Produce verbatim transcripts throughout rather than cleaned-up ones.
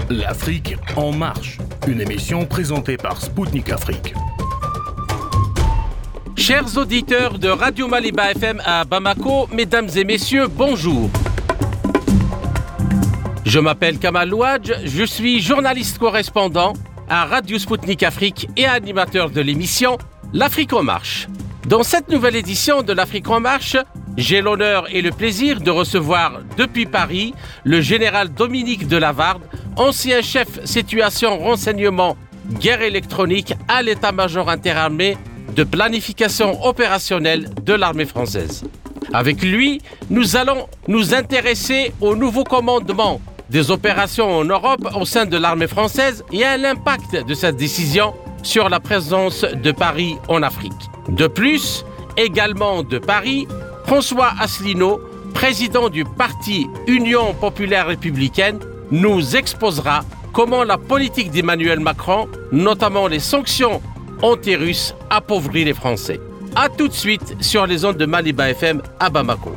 L'Afrique en marche, une émission présentée par Spoutnik Afrique. Chers auditeurs de Radio Maliba F M à Bamako, mesdames et messieurs, bonjour. Je m'appelle Kamal Louadj, je suis journaliste correspondant à Radio Spoutnik Afrique et animateur de l'émission L'Afrique en marche. Dans cette nouvelle édition de l'Afrique en marche, j'ai l'honneur et le plaisir de recevoir depuis Paris le général Dominique de Lavarde, ancien chef situation renseignement guerre électronique à l'état-major interarmé de planification opérationnelle de l'armée française. Avec lui, nous allons nous intéresser au nouveau commandement des opérations en Europe au sein de l'armée française et à l'impact de cette décision sur la présence de Paris en Afrique. De plus, également de Paris, François Asselineau, président du parti Union populaire républicaine, nous exposera comment la politique d'Emmanuel Macron, notamment les sanctions anti-russes, appauvrit les Français. A tout de suite sur les ondes de Maliba F M à Bamako.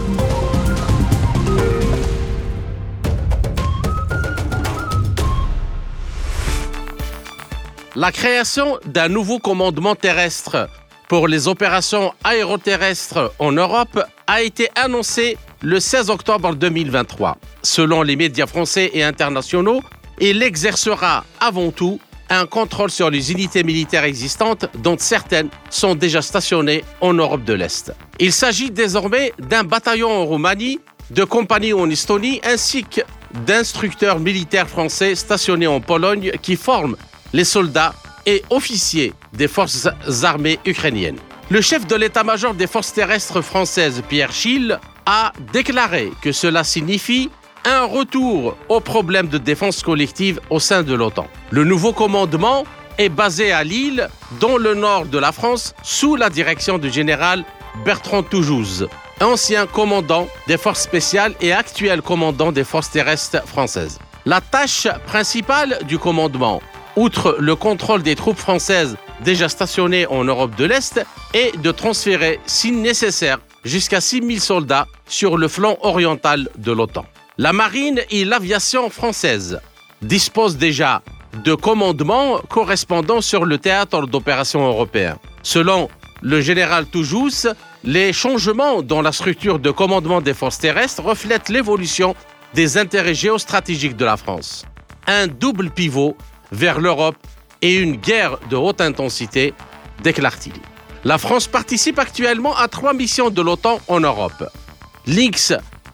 La création d'un nouveau commandement terrestre pour les opérations aéroterrestres en Europe a été annoncée le seize octobre deux mille vingt-trois. Selon les médias français et internationaux, il exercera avant tout un contrôle sur les unités militaires existantes dont certaines sont déjà stationnées en Europe de l'Est. Il s'agit désormais d'un bataillon en Roumanie, de compagnies en Estonie ainsi que d'instructeurs militaires français stationnés en Pologne qui forment les soldats et officiers des forces armées ukrainiennes. Le chef de l'état-major des forces terrestres françaises, Pierre Schill, a déclaré que cela signifie un retour aux problèmes de défense collective au sein de l'OTAN. Le nouveau commandement est basé à Lille, dans le nord de la France, sous la direction du général Bertrand Toujouz, ancien commandant des forces spéciales et actuel commandant des forces terrestres françaises. La tâche principale du commandement, outre le contrôle des troupes françaises déjà stationnées en Europe de l'Est, est de transférer, si nécessaire, jusqu'à six mille soldats sur le flanc oriental de l'OTAN. La marine et l'aviation française disposent déjà de commandements correspondants sur le théâtre d'opérations européen. Selon le général Toujouz, les changements dans la structure de commandement des forces terrestres reflètent l'évolution des intérêts géostratégiques de la France. Un double pivot vers l'Europe et une guerre de haute intensité, déclare-t-il. La France participe actuellement à trois missions de l'OTAN en Europe. Lynx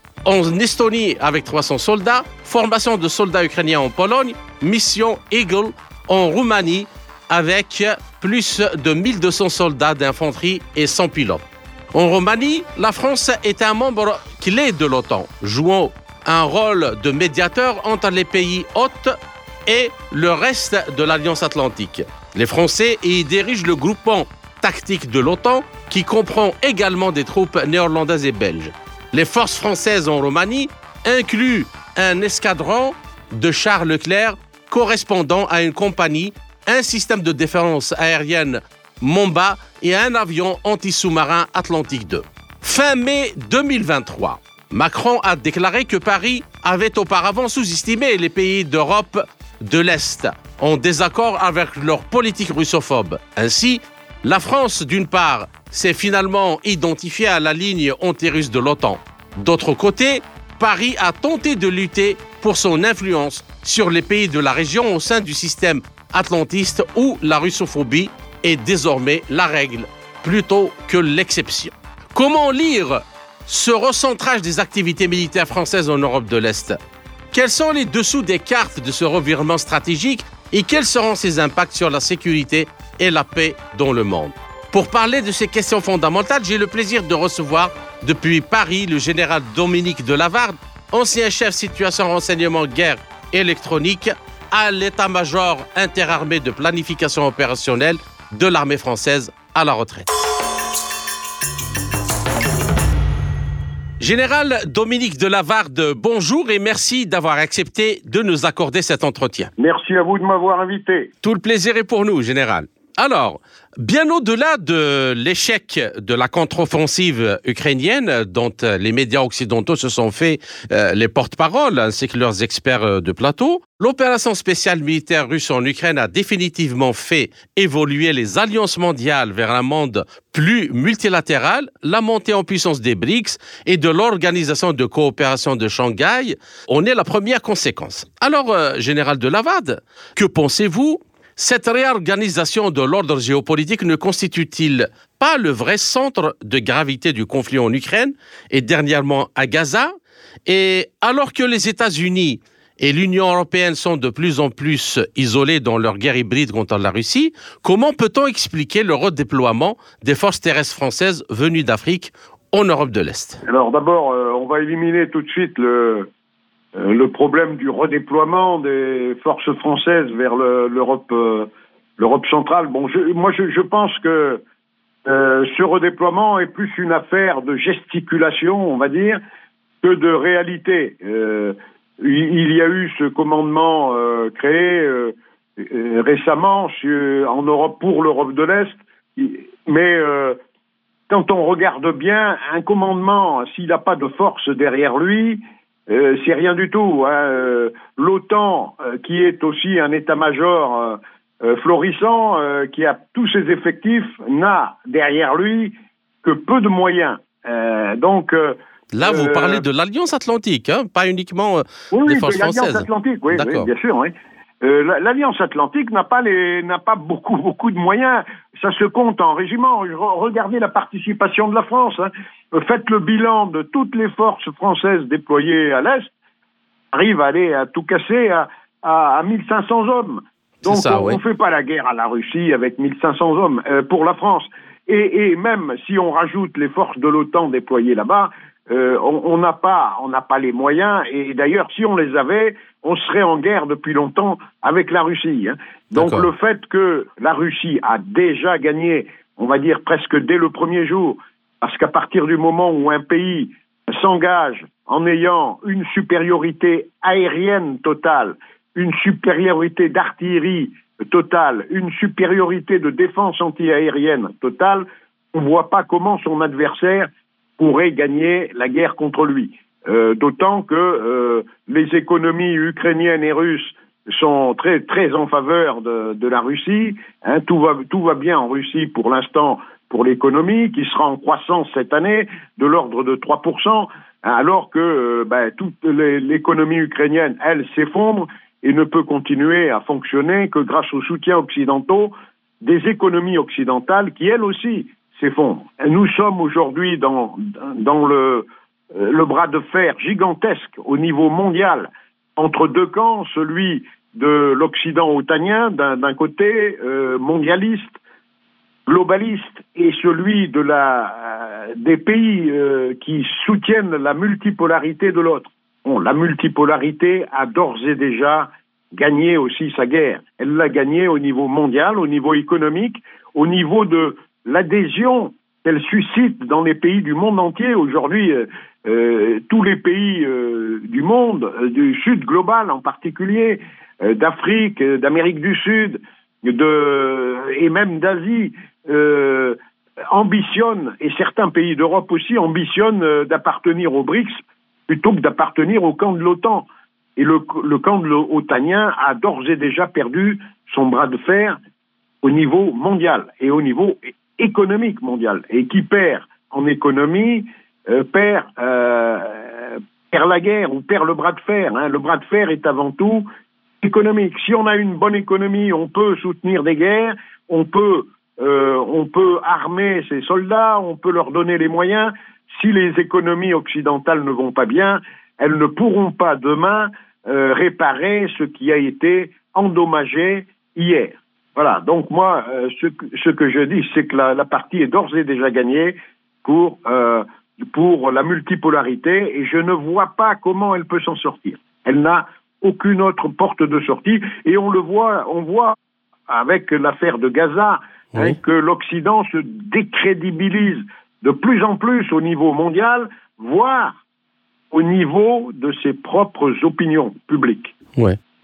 en Estonie avec trois cents soldats, formation de soldats ukrainiens en Pologne, mission Eagle en Roumanie avec plus de mille deux cents soldats d'infanterie et cent pilotes. En Roumanie, la France est un membre clé de l'OTAN, jouant un rôle de médiateur entre les pays hôtes et le reste de l'Alliance Atlantique. Les Français y dirigent le groupement tactique de l'OTAN qui comprend également des troupes néerlandaises et belges. Les forces françaises en Roumanie incluent un escadron de chars Leclerc correspondant à une compagnie, un système de défense aérienne Mamba et un avion anti-sous-marin Atlantique deux. Fin mai deux mille vingt-trois, Macron a déclaré que Paris avait auparavant sous-estimé les pays d'Europe de l'Est, en désaccord avec leur politique russophobe. Ainsi, la France, d'une part, s'est finalement identifiée à la ligne anti-russe de l'OTAN. D'autre côté, Paris a tenté de lutter pour son influence sur les pays de la région au sein du système atlantiste où la russophobie est désormais la règle plutôt que l'exception. Comment lire ce recentrage des activités militaires françaises en Europe de l'Est ? Quels sont les dessous des cartes de ce revirement stratégique et quels seront ses impacts sur la sécurité et la paix dans le monde ? Pour parler de ces questions fondamentales, j'ai le plaisir de recevoir depuis Paris le général Dominique de Lavarde, ancien chef situation renseignement guerre électronique à l'état-major interarmé de planification opérationnelle de l'armée française à la retraite. Général Dominique de Lavarde, bonjour et merci d'avoir accepté de nous accorder cet entretien. Merci à vous de m'avoir invité. Tout le plaisir est pour nous, Général. Alors, bien au-delà de l'échec de la contre-offensive ukrainienne, dont les médias occidentaux se sont fait euh, les porte-parole, ainsi que leurs experts de plateau, l'opération spéciale militaire russe en Ukraine a définitivement fait évoluer les alliances mondiales vers un monde plus multilatéral, la montée en puissance des B R I C S et de l'Organisation de coopération de Shanghai en est la première conséquence. Alors, euh, Général de Lavade, que pensez-vous ? Cette réorganisation de l'ordre géopolitique ne constitue-t-il pas le vrai centre de gravité du conflit en Ukraine et dernièrement à Gaza ? Et alors que les États-Unis et l'Union européenne sont de plus en plus isolés dans leur guerre hybride contre la Russie, comment peut-on expliquer le redéploiement des forces terrestres françaises venues d'Afrique en Europe de l'Est ? Alors d'abord, euh, on va éliminer tout de suite le... le problème du redéploiement des forces françaises vers le, l'Europe, euh, l'Europe centrale. Bon, je, moi, je, je pense que euh, ce redéploiement est plus une affaire de gesticulation, on va dire, que de réalité. Euh, il y a eu ce commandement euh, créé euh, euh, récemment sur, en Europe pour l'Europe de l'Est, mais euh, quand on regarde bien, un commandement, s'il n'a pas de force derrière lui, Euh, c'est rien du tout. Hein. Euh, L'OTAN, euh, qui est aussi un état-major euh, euh, florissant, euh, qui a tous ses effectifs, n'a derrière lui que peu de moyens. Euh, donc euh, là, vous euh, parlez de l'Alliance Atlantique, hein, pas uniquement euh, oui, des oui, forces de l'Alliance françaises. Atlantique, oui, oui, bien sûr. Oui. Euh, L'Alliance Atlantique n'a pas les, n'a pas beaucoup, beaucoup de moyens. Ça se compte en régiments. Regardez la participation de la France. Hein. Faites le bilan de toutes les forces françaises déployées à l'Est. Arrive à aller à tout casser à, à, à mille cinq cents hommes. Donc ça, on ne oui. fait pas la guerre à la Russie avec mille cinq cents hommes euh, pour la France. Et, et même si on rajoute les forces de l'OTAN déployées là-bas, euh, on n'a pas, on n'a pas les moyens. Et d'ailleurs, si on les avait, on serait en guerre depuis longtemps avec la Russie. Hein. Donc D'accord. le fait que la Russie a déjà gagné, on va dire presque dès le premier jour, parce qu'à partir du moment où un pays s'engage en ayant une supériorité aérienne totale, une supériorité d'artillerie totale, une supériorité de défense anti-aérienne totale, on ne voit pas comment son adversaire pourrait gagner la guerre contre lui. Euh, d'autant que euh, les économies ukrainiennes et russes sont très très en faveur de, de la Russie. Hein, tout va tout va bien en Russie pour l'instant pour l'économie, qui sera en croissance cette année de l'ordre de trois pour cent, alors que euh, ben, toute les, l'économie ukrainienne, elle, s'effondre et ne peut continuer à fonctionner que grâce aux soutiens occidentaux des économies occidentales qui, elles aussi, s'effondrent. Et nous sommes aujourd'hui dans, dans le, le bras de fer gigantesque au niveau mondial entre deux camps, celui de l'Occident otanien, d'un, d'un côté euh, mondialiste, globaliste, et celui de la, euh, des pays euh, qui soutiennent la multipolarité de l'autre. Bon, la multipolarité a d'ores et déjà gagné aussi sa guerre. Elle l'a gagnée au niveau mondial, au niveau économique, au niveau de l'adhésion qu'elle suscite dans les pays du monde entier. Aujourd'hui, euh, euh, tous les pays euh, du monde, euh, du Sud global en particulier, euh, d'Afrique, euh, d'Amérique du Sud, de, et même d'Asie, euh, ambitionnent, et certains pays d'Europe aussi ambitionnent euh, d'appartenir aux B R I C S plutôt que d'appartenir au camp de l'OTAN. Et le, le camp de l'OTANien a d'ores et déjà perdu son bras de fer au niveau mondial et au niveau économique mondial. Et qui perd en économie euh, perd, euh, perd la guerre ou perd le bras de fer. Hein. Le bras de fer est avant tout économique. Si on a une bonne économie, on peut soutenir des guerres, on peut, euh, on peut armer ses soldats, on peut leur donner les moyens. Si les économies occidentales ne vont pas bien, elles ne pourront pas demain euh, réparer ce qui a été endommagé hier. Voilà, donc moi, euh, ce, que, ce que je dis, c'est que la, la partie est d'ores et déjà gagnée pour, euh, pour la multipolarité, et je ne vois pas comment elle peut s'en sortir. Elle n'a aucune autre porte de sortie, et on le voit, on voit avec l'affaire de Gaza, oui. hein, que l'Occident se décrédibilise de plus en plus au niveau mondial, voire au niveau de ses propres opinions publiques. Ouais.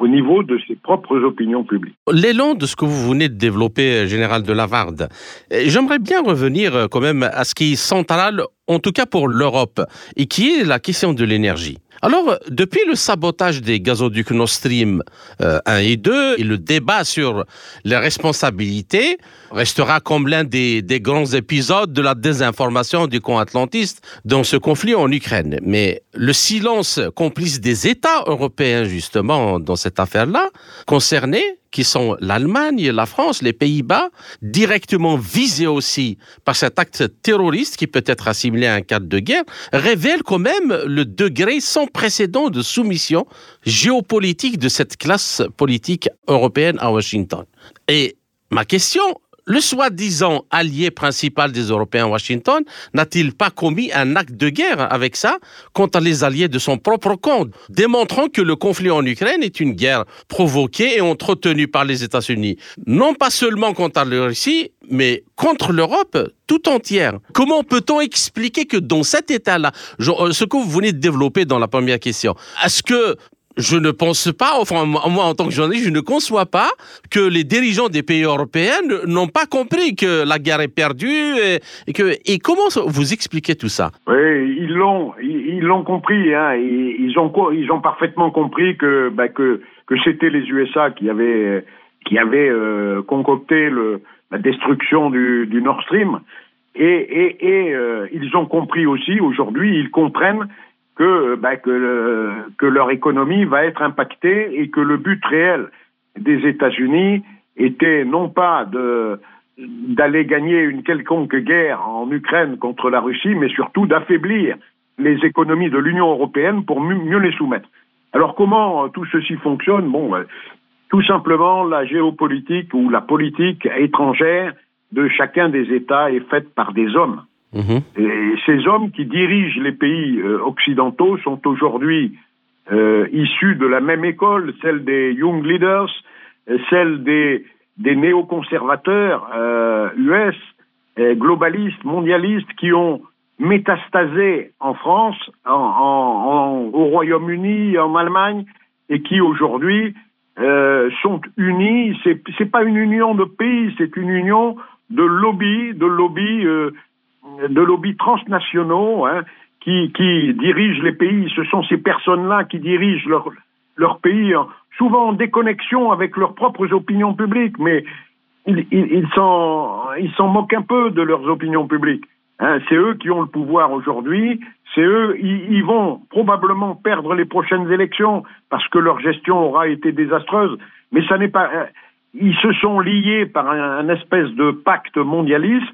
au niveau de ses propres opinions publiques. L'élan de ce que vous venez de développer, Général de Lavarde, j'aimerais bien revenir quand même à ce qui est central, en tout cas pour l'Europe, et qui est la question de l'énergie. Alors, depuis le sabotage des gazoducs Nord Stream euh, un et deux, et le débat sur les responsabilités restera comme l'un des, des grands épisodes de la désinformation du camp atlantiste dans ce conflit en Ukraine. Mais le silence complice des États européens, justement, dans cette affaire-là, concernés, qui sont l'Allemagne, la France, les Pays-Bas, directement visés aussi par cet acte terroriste qui peut être assimilé à un cadre de guerre, révèle quand même le degré sans précédent de soumission géopolitique de cette classe politique européenne à Washington. Et ma question, le soi-disant allié principal des Européens à Washington n'a-t-il pas commis un acte de guerre avec ça contre les alliés de son propre camp, démontrant que le conflit en Ukraine est une guerre provoquée et entretenue par les États-Unis, non pas seulement contre la Russie, mais contre l'Europe tout entière. Comment peut-on expliquer que dans cet état-là, ce que vous venez de développer dans la première question, est-ce que je ne pense pas, enfin moi en tant que journaliste, je ne conçois pas que les dirigeants des pays européens n'ont pas compris que la guerre est perdue et, et que et comment vous expliquez tout ça? Oui, ils l'ont, ils, ils l'ont compris, hein. Ils, ils ont ils ont parfaitement compris que bah, que que c'était les U S A qui avaient qui avaient euh, concocté le la destruction du, du Nord Stream et et, et euh, ils ont compris aussi aujourd'hui, ils comprennent que, bah, que, le, que leur économie va être impactée et que le but réel des États-Unis était non pas de, d'aller gagner une quelconque guerre en Ukraine contre la Russie, mais surtout d'affaiblir les économies de l'Union européenne pour mieux les soumettre. Alors comment tout ceci fonctionne? Bon, euh, tout simplement la géopolitique ou la politique étrangère de chacun des États est faite par des hommes. Mmh. Et ces hommes qui dirigent les pays euh, occidentaux sont aujourd'hui euh, issus de la même école, celle des Young Leaders, celle des, des néoconservateurs euh, U S, euh, globalistes, mondialistes, qui ont métastasé en France, en, en, en, au Royaume-Uni, en Allemagne, et qui aujourd'hui euh, sont unis. C'est, c'est pas une union de pays, c'est une union de lobbies, de lobbies euh, de lobbies transnationaux, hein, qui, qui dirigent les pays. Ce sont ces personnes-là qui dirigent leur, leur pays, hein, souvent en déconnexion avec leurs propres opinions publiques, mais ils, ils, ils, s'en, ils s'en moquent un peu de leurs opinions publiques. Hein. C'est eux qui ont le pouvoir aujourd'hui, c'est eux, ils, ils vont probablement perdre les prochaines élections parce que leur gestion aura été désastreuse, mais ça n'est pas... Ils se sont liés par un, un espèce de pacte mondialiste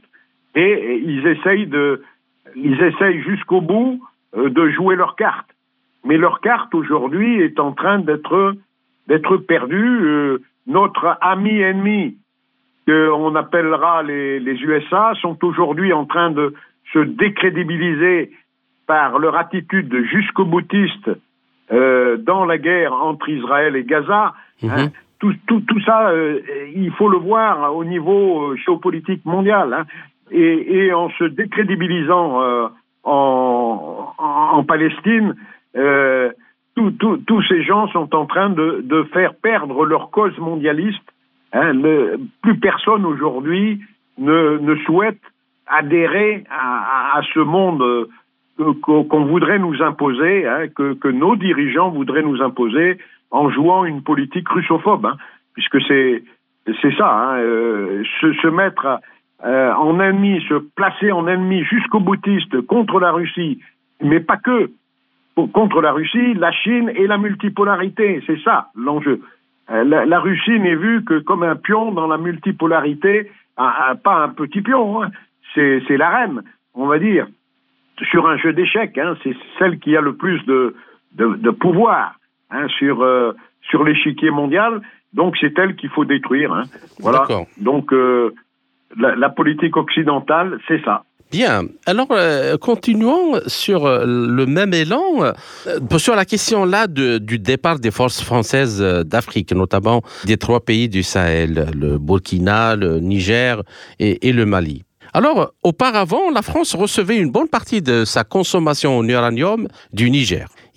et ils essayent de, ils essayent jusqu'au bout euh, de jouer leur carte. Mais leur carte aujourd'hui est en train d'être, d'être perdue. Euh, notre ami ennemi, qu'on appellera les, les U S A, sont aujourd'hui en train de se décrédibiliser par leur attitude jusqu'au boutiste euh, dans la guerre entre Israël et Gaza. Mmh. Hein. Tout, tout, tout ça, euh, il faut le voir au niveau géopolitique mondial. Hein. Et, et en se décrédibilisant euh, en, en, en Palestine, euh, tous ces gens sont en train de, de faire perdre leur cause mondialiste. Hein. Le, plus personne aujourd'hui ne, ne souhaite adhérer à, à, à ce monde euh, qu'on, qu'on voudrait nous imposer, hein, que, que nos dirigeants voudraient nous imposer en jouant une politique russophobe, hein, puisque c'est, c'est ça, hein, euh, se, se mettre à, Euh, en ennemi, se placer en ennemi jusqu'au boutiste contre la Russie, mais pas que, contre la Russie, la Chine et la multipolarité, c'est ça l'enjeu. Euh, la, la Russie n'est vue que comme un pion dans la multipolarité, un, un, pas un petit pion, hein. c'est, c'est la reine, on va dire, sur un jeu d'échecs, hein. C'est celle qui a le plus de, de, de pouvoir hein, sur, euh, sur l'échiquier mondial, donc c'est elle qu'il faut détruire. Hein. Voilà. D'accord. Donc euh, La, la politique occidentale, c'est ça. Bien. Alors, euh, continuons sur euh, le même élan. Euh, sur la question là de, du départ des forces françaises d'Afrique, notamment des trois pays du Sahel, le Burkina, le Niger et, et le Mali. Alors, auparavant, la France recevait une bonne partie de sa consommation en uranium du Niger.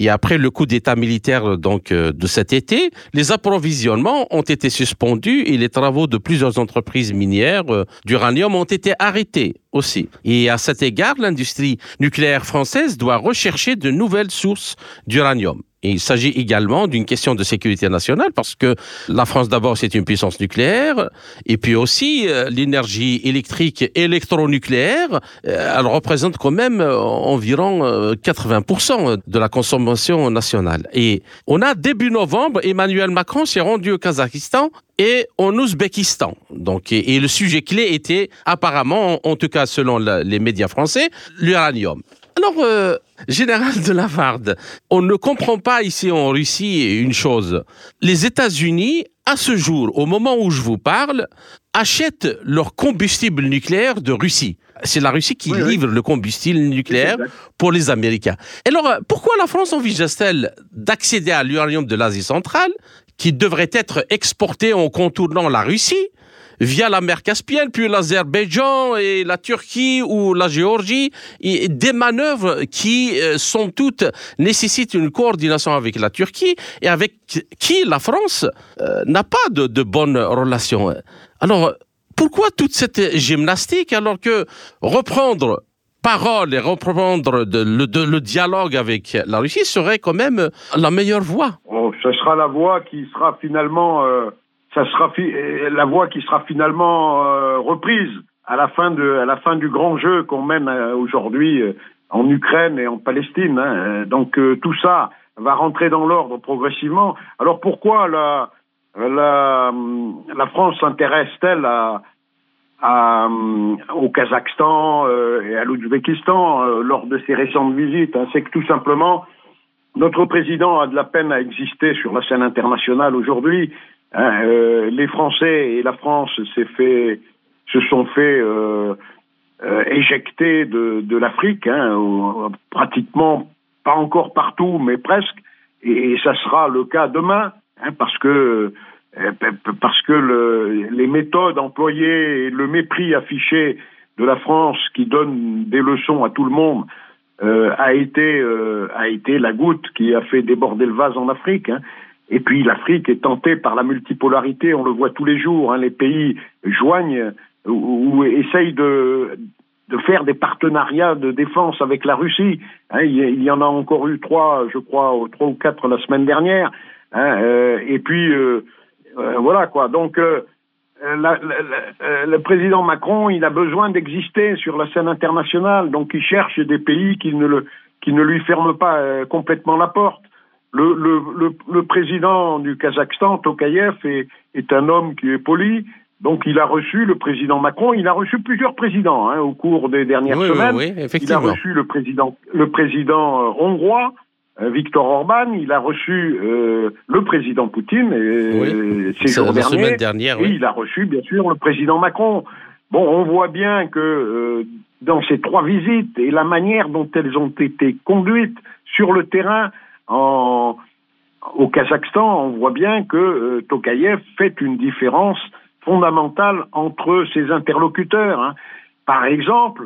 Et après le coup d'État militaire donc euh, de cet été, les approvisionnements ont été suspendus et les travaux de plusieurs entreprises minières euh, d'uranium ont été arrêtés aussi. Et à cet égard, l'industrie nucléaire française doit rechercher de nouvelles sources d'uranium. Et il s'agit également d'une question de sécurité nationale parce que la France d'abord c'est une puissance nucléaire et puis aussi euh, l'énergie électrique électronucléaire, euh, elle représente quand même euh, environ euh, quatre-vingts pour cent de la consommation nationale. Et on a début novembre, Emmanuel Macron s'est rendu au Kazakhstan et en Ouzbékistan. Donc, et, et le sujet clé était apparemment, en, en tout cas selon la, les médias français, l'uranium. Alors, euh, Général de Lavarde, on ne comprend pas ici en Russie une chose. Les États-Unis, à ce jour, au moment où je vous parle, achètent leur combustible nucléaire de Russie. C'est la Russie qui oui, livre oui. le combustible nucléaire pour les Américains. Alors, pourquoi la France envisage-t-elle d'accéder à l'uranium de l'Asie centrale, qui devrait être exporté en contournant la Russie, via la mer Caspienne, puis l'Azerbaïdjan et la Turquie ou la Géorgie, et des manœuvres qui, euh, sont toutes, nécessitent une coordination avec la Turquie et avec qui la France euh, n'a pas de, de bonnes relations. Alors, pourquoi toute cette gymnastique alors que reprendre parole et reprendre de, le, de, le dialogue avec la Russie serait quand même la meilleure voie? Oh, ce sera la voie qui sera finalement... Euh... Ça sera fi- la voie qui sera finalement euh, reprise à la fin de à la fin du grand jeu qu'on mène euh, aujourd'hui euh, en Ukraine et en Palestine. Hein. Donc euh, tout ça va rentrer dans l'ordre progressivement. Alors pourquoi la la, la France s'intéresse-t-elle à, à au Kazakhstan euh, et à l'Ouzbékistan euh, lors de ses récentes visites, hein? C'est que tout simplement notre président a de la peine à exister sur la scène internationale aujourd'hui. Hein, euh, les Français et la France s'est fait, se sont fait euh, euh, éjecter de, de l'Afrique, hein, euh, pratiquement pas encore partout, mais presque, et, et ça sera le cas demain, hein, parce que euh, parce que le, les méthodes employées et le mépris affiché de la France qui donne des leçons à tout le monde euh, a été euh, a été la goutte qui a fait déborder le vase en Afrique. Hein. Et puis l'Afrique est tentée par la multipolarité, on le voit tous les jours, hein, les pays joignent ou, ou essayent de, de faire des partenariats de défense avec la Russie. Hein, il, il y en a encore eu trois, je crois, trois ou quatre la semaine dernière. Hein, euh, et puis euh, euh, voilà quoi. Donc euh, la, la, la, le président Macron, il a besoin d'exister sur la scène internationale. Donc il cherche des pays qui ne le, qui ne lui ferment pas euh, complètement la porte. Le, le, le, le président du Kazakhstan, Tokayev, est, est un homme qui est poli, donc il a reçu le président Macron, il a reçu plusieurs présidents hein, au cours des dernières oui, semaines. Oui, oui, effectivement. Il a reçu le président, le président euh, hongrois, euh, Viktor Orban, il a reçu euh, le président Poutine euh, oui. ces jours derniers, dernière, dernière, et oui. il a reçu bien sûr le président Macron. Bon, on voit bien que euh, dans ces trois visites et la manière dont elles ont été conduites sur le terrain, En, au Kazakhstan, on voit bien que euh, Tokayev fait une différence fondamentale entre ses interlocuteurs. Hein. Par exemple,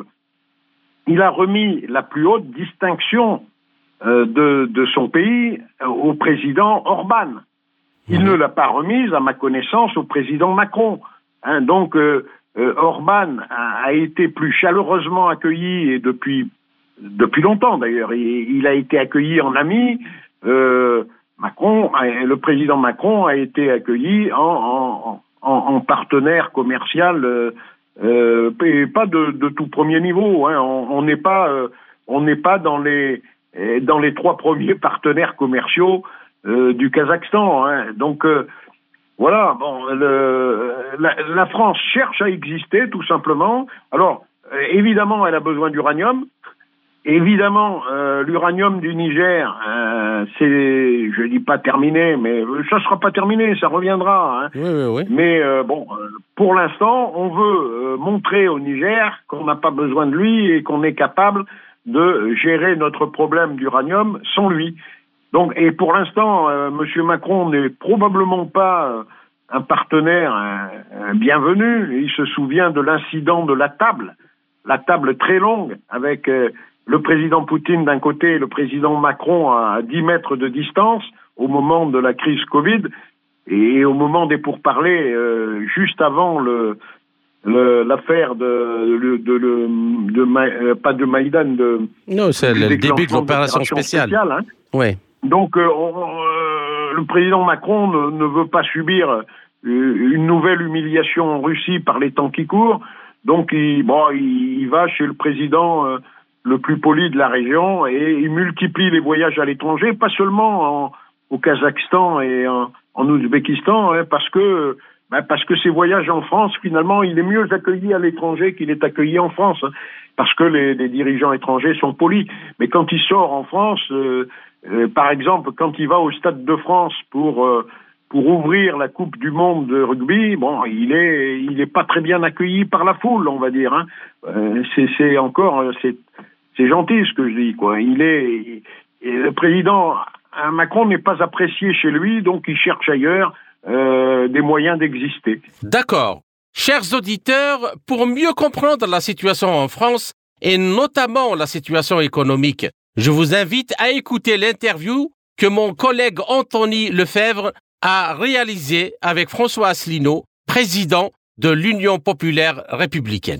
il a remis la plus haute distinction euh, de, de son pays euh, au président Orban. Il mmh. ne l'a pas remise, à ma connaissance, au président Macron. Hein. Donc, euh, euh, Orban a, a été plus chaleureusement accueilli et depuis Depuis longtemps d'ailleurs, il, il a été accueilli en ami. Euh, Macron, le président Macron a été accueilli en, en, en, en partenaire commercial, euh, euh, et pas de, de tout premier niveau. Hein. On n'est pas, euh, on n'est pas dans les dans les trois premiers partenaires commerciaux euh, du Kazakhstan. Hein. Donc euh, voilà. Bon, le, la, la France cherche à exister tout simplement. Alors euh, évidemment, elle a besoin d'uranium. Évidemment, euh, l'uranium du Niger, euh, c'est, je dis pas terminé, mais ça sera pas terminé, ça reviendra. Hein. Oui, oui, oui. Mais euh, bon, pour l'instant, on veut euh, montrer au Niger qu'on n'a pas besoin de lui et qu'on est capable de gérer notre problème d'uranium sans lui. Donc, et pour l'instant, euh, Monsieur Macron n'est probablement pas euh, un partenaire euh, bienvenu. Il se souvient de l'incident de la table, la table très longue avec euh, le président Poutine d'un côté et le président Macron à dix mètres de distance au moment de la crise Covid et au moment des pourparlers euh, juste avant le, le l'affaire de, de, de, de, de, de pas de Maïdan de non c'est le début de l'opération spéciale, spéciale hein. Ouais. Donc euh, on, euh, le président Macron ne, ne veut pas subir euh, une nouvelle humiliation en Russie par les temps qui courent. Donc il bon il, il va chez le président euh, le plus poli de la région et il multiplie les voyages à l'étranger, pas seulement en, au Kazakhstan et en, en Ouzbékistan, hein, parce que ben parce que ces voyages en France, finalement, il est mieux accueilli à l'étranger qu'il est accueilli en France, hein, parce que les, les dirigeants étrangers sont polis. Mais quand il sort en France, euh, euh, par exemple, quand il va au Stade de France pour euh, pour ouvrir la Coupe du Monde de rugby, bon, il est il est pas très bien accueilli par la foule, on va dire. Hein. Euh, c'est, c'est encore c'est C'est gentil ce que je dis, quoi. Il est, il, le président Macron n'est pas apprécié chez lui, donc il cherche ailleurs euh, des moyens d'exister. D'accord. Chers auditeurs, pour mieux comprendre la situation en France, et notamment la situation économique, je vous invite à écouter l'interview que mon collègue Anthony Lefebvre a réalisée avec François Asselineau, président de l'Union populaire républicaine.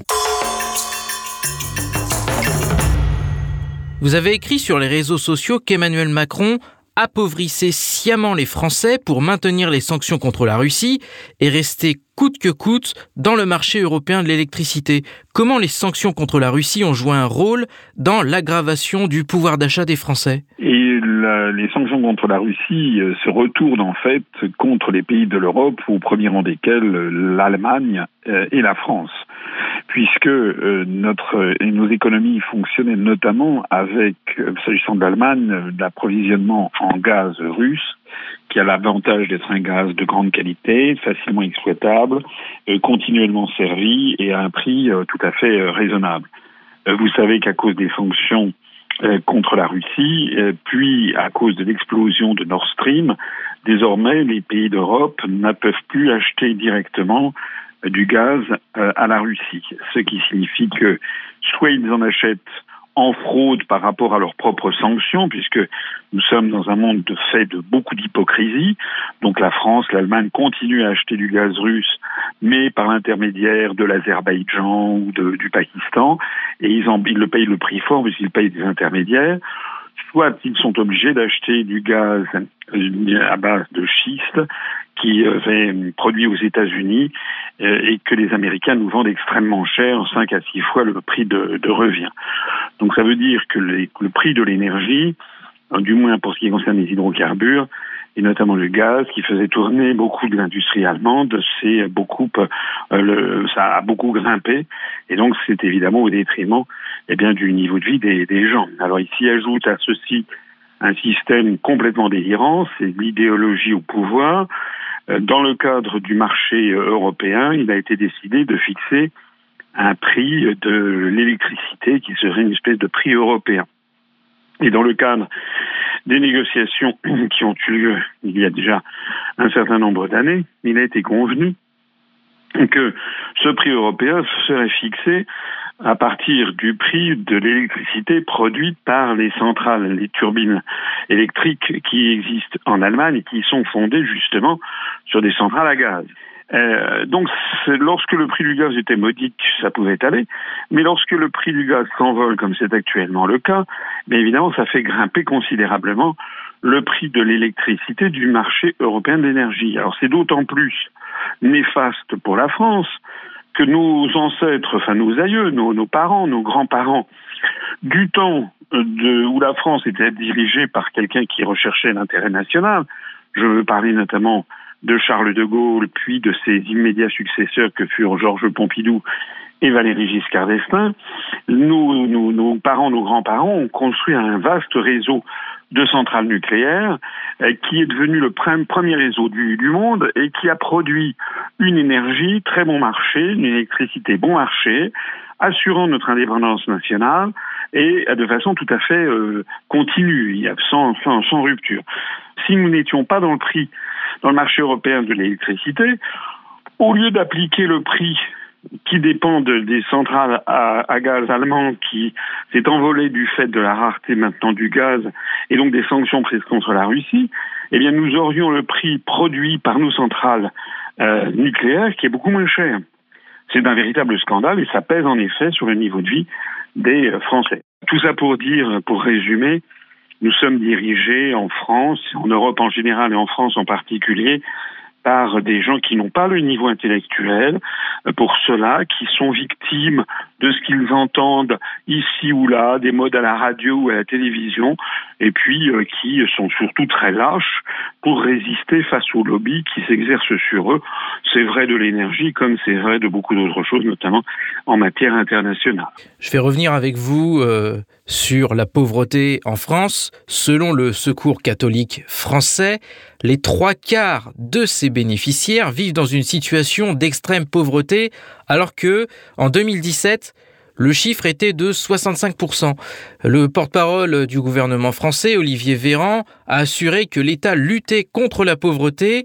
Vous avez écrit sur les réseaux sociaux qu'Emmanuel Macron appauvrissait sciemment les Français pour maintenir les sanctions contre la Russie et rester coûte que coûte dans le marché européen de l'électricité. Comment les sanctions contre la Russie ont joué un rôle dans l'aggravation du pouvoir d'achat des Français ? Et la, les sanctions contre la Russie euh, se retournent en fait contre les pays de l'Europe, au premier rang desquels l'Allemagne euh, et la France. Puisque euh, notre euh, nos économies fonctionnaient notamment avec, euh, s'agissant de l'Allemagne, euh, l'approvisionnement en gaz russe, qui a l'avantage d'être un gaz de grande qualité, facilement exploitable, euh, continuellement servi et à un prix euh, tout à fait euh, raisonnable. Euh, vous savez qu'à cause des sanctions euh, contre la Russie, euh, puis à cause de l'explosion de Nord Stream, désormais les pays d'Europe ne peuvent plus acheter directement du gaz euh, à la Russie, ce qui signifie que soit ils en achètent en fraude par rapport à leurs propres sanctions, puisque nous sommes dans un monde de fait de beaucoup d'hypocrisie. Donc la France, l'Allemagne continuent à acheter du gaz russe, mais par l'intermédiaire de l'Azerbaïdjan ou de, du Pakistan, et ils, en, ils le payent le prix fort, puisqu'ils payent des intermédiaires. Soit ils sont obligés d'acheter du gaz à base de schiste qui est produit aux États-Unis et que les Américains nous vendent extrêmement cher, cinq à six fois le prix de, de revient. Donc ça veut dire que les, le prix de l'énergie, du moins pour ce qui concerne les hydrocarbures, et notamment le gaz, qui faisait tourner beaucoup de l'industrie allemande, c'est beaucoup, euh, le, ça a beaucoup grimpé, et donc c'est évidemment au détriment, eh bien, du niveau de vie des, des gens. Alors ici ajoute à ceci un système complètement délirant, c'est l'idéologie au pouvoir. Dans le cadre du marché européen, il a été décidé de fixer un prix de l'électricité qui serait une espèce de prix européen. Et dans le cadre des négociations qui ont eu lieu il y a déjà un certain nombre d'années, il a été convenu que ce prix européen serait fixé à partir du prix de l'électricité produite par les centrales, les turbines électriques qui existent en Allemagne et qui sont fondées justement sur des centrales à gaz. Euh, donc, lorsque le prix du gaz était modique, ça pouvait aller, mais lorsque le prix du gaz s'envole, comme c'est actuellement le cas, bien évidemment, ça fait grimper considérablement le prix de l'électricité du marché européen de l'énergie. Alors, c'est d'autant plus néfaste pour la France que nos ancêtres, enfin nos aïeux, nos, nos parents, nos grands-parents, du temps de, où la France était dirigée par quelqu'un qui recherchait l'intérêt national, je veux parler notamment de Charles de Gaulle, puis de ses immédiats successeurs que furent Georges Pompidou et Valéry Giscard d'Estaing, nos, nos, nos parents, nos grands-parents ont construit un vaste réseau de centrales nucléaires euh, qui est devenu le premier réseau du, du monde et qui a produit une énergie très bon marché, une électricité bon marché, assurant notre indépendance nationale et de façon tout à fait euh, continue, sans, sans, sans rupture. Si nous n'étions pas dans le prix, dans le marché européen de l'électricité, au lieu d'appliquer le prix qui dépend de, des centrales à, à gaz allemandes, qui s'est envolée du fait de la rareté maintenant du gaz et donc des sanctions prises contre la Russie, eh bien nous aurions le prix produit par nos centrales euh, nucléaires qui est beaucoup moins cher. C'est un véritable scandale et ça pèse en effet sur le niveau de vie des Français. Tout ça pour dire, pour résumer, nous sommes dirigés en France, en Europe en général et en France en particulier, par des gens qui n'ont pas le niveau intellectuel pour cela, qui sont victimes de ce qu'ils entendent ici ou là, des modes à la radio ou à la télévision, et puis euh, qui sont surtout très lâches pour résister face aux lobbies qui s'exercent sur eux. C'est vrai de l'énergie comme c'est vrai de beaucoup d'autres choses, notamment en matière internationale. Je vais revenir avec vous euh, sur la pauvreté en France. Selon le Secours catholique français, les trois quarts de ses bénéficiaires vivent dans une situation d'extrême pauvreté, alors que, en deux mille dix-sept, le chiffre était de soixante-cinq pour cent. Le porte-parole du gouvernement français, Olivier Véran, a assuré que l'État luttait contre la pauvreté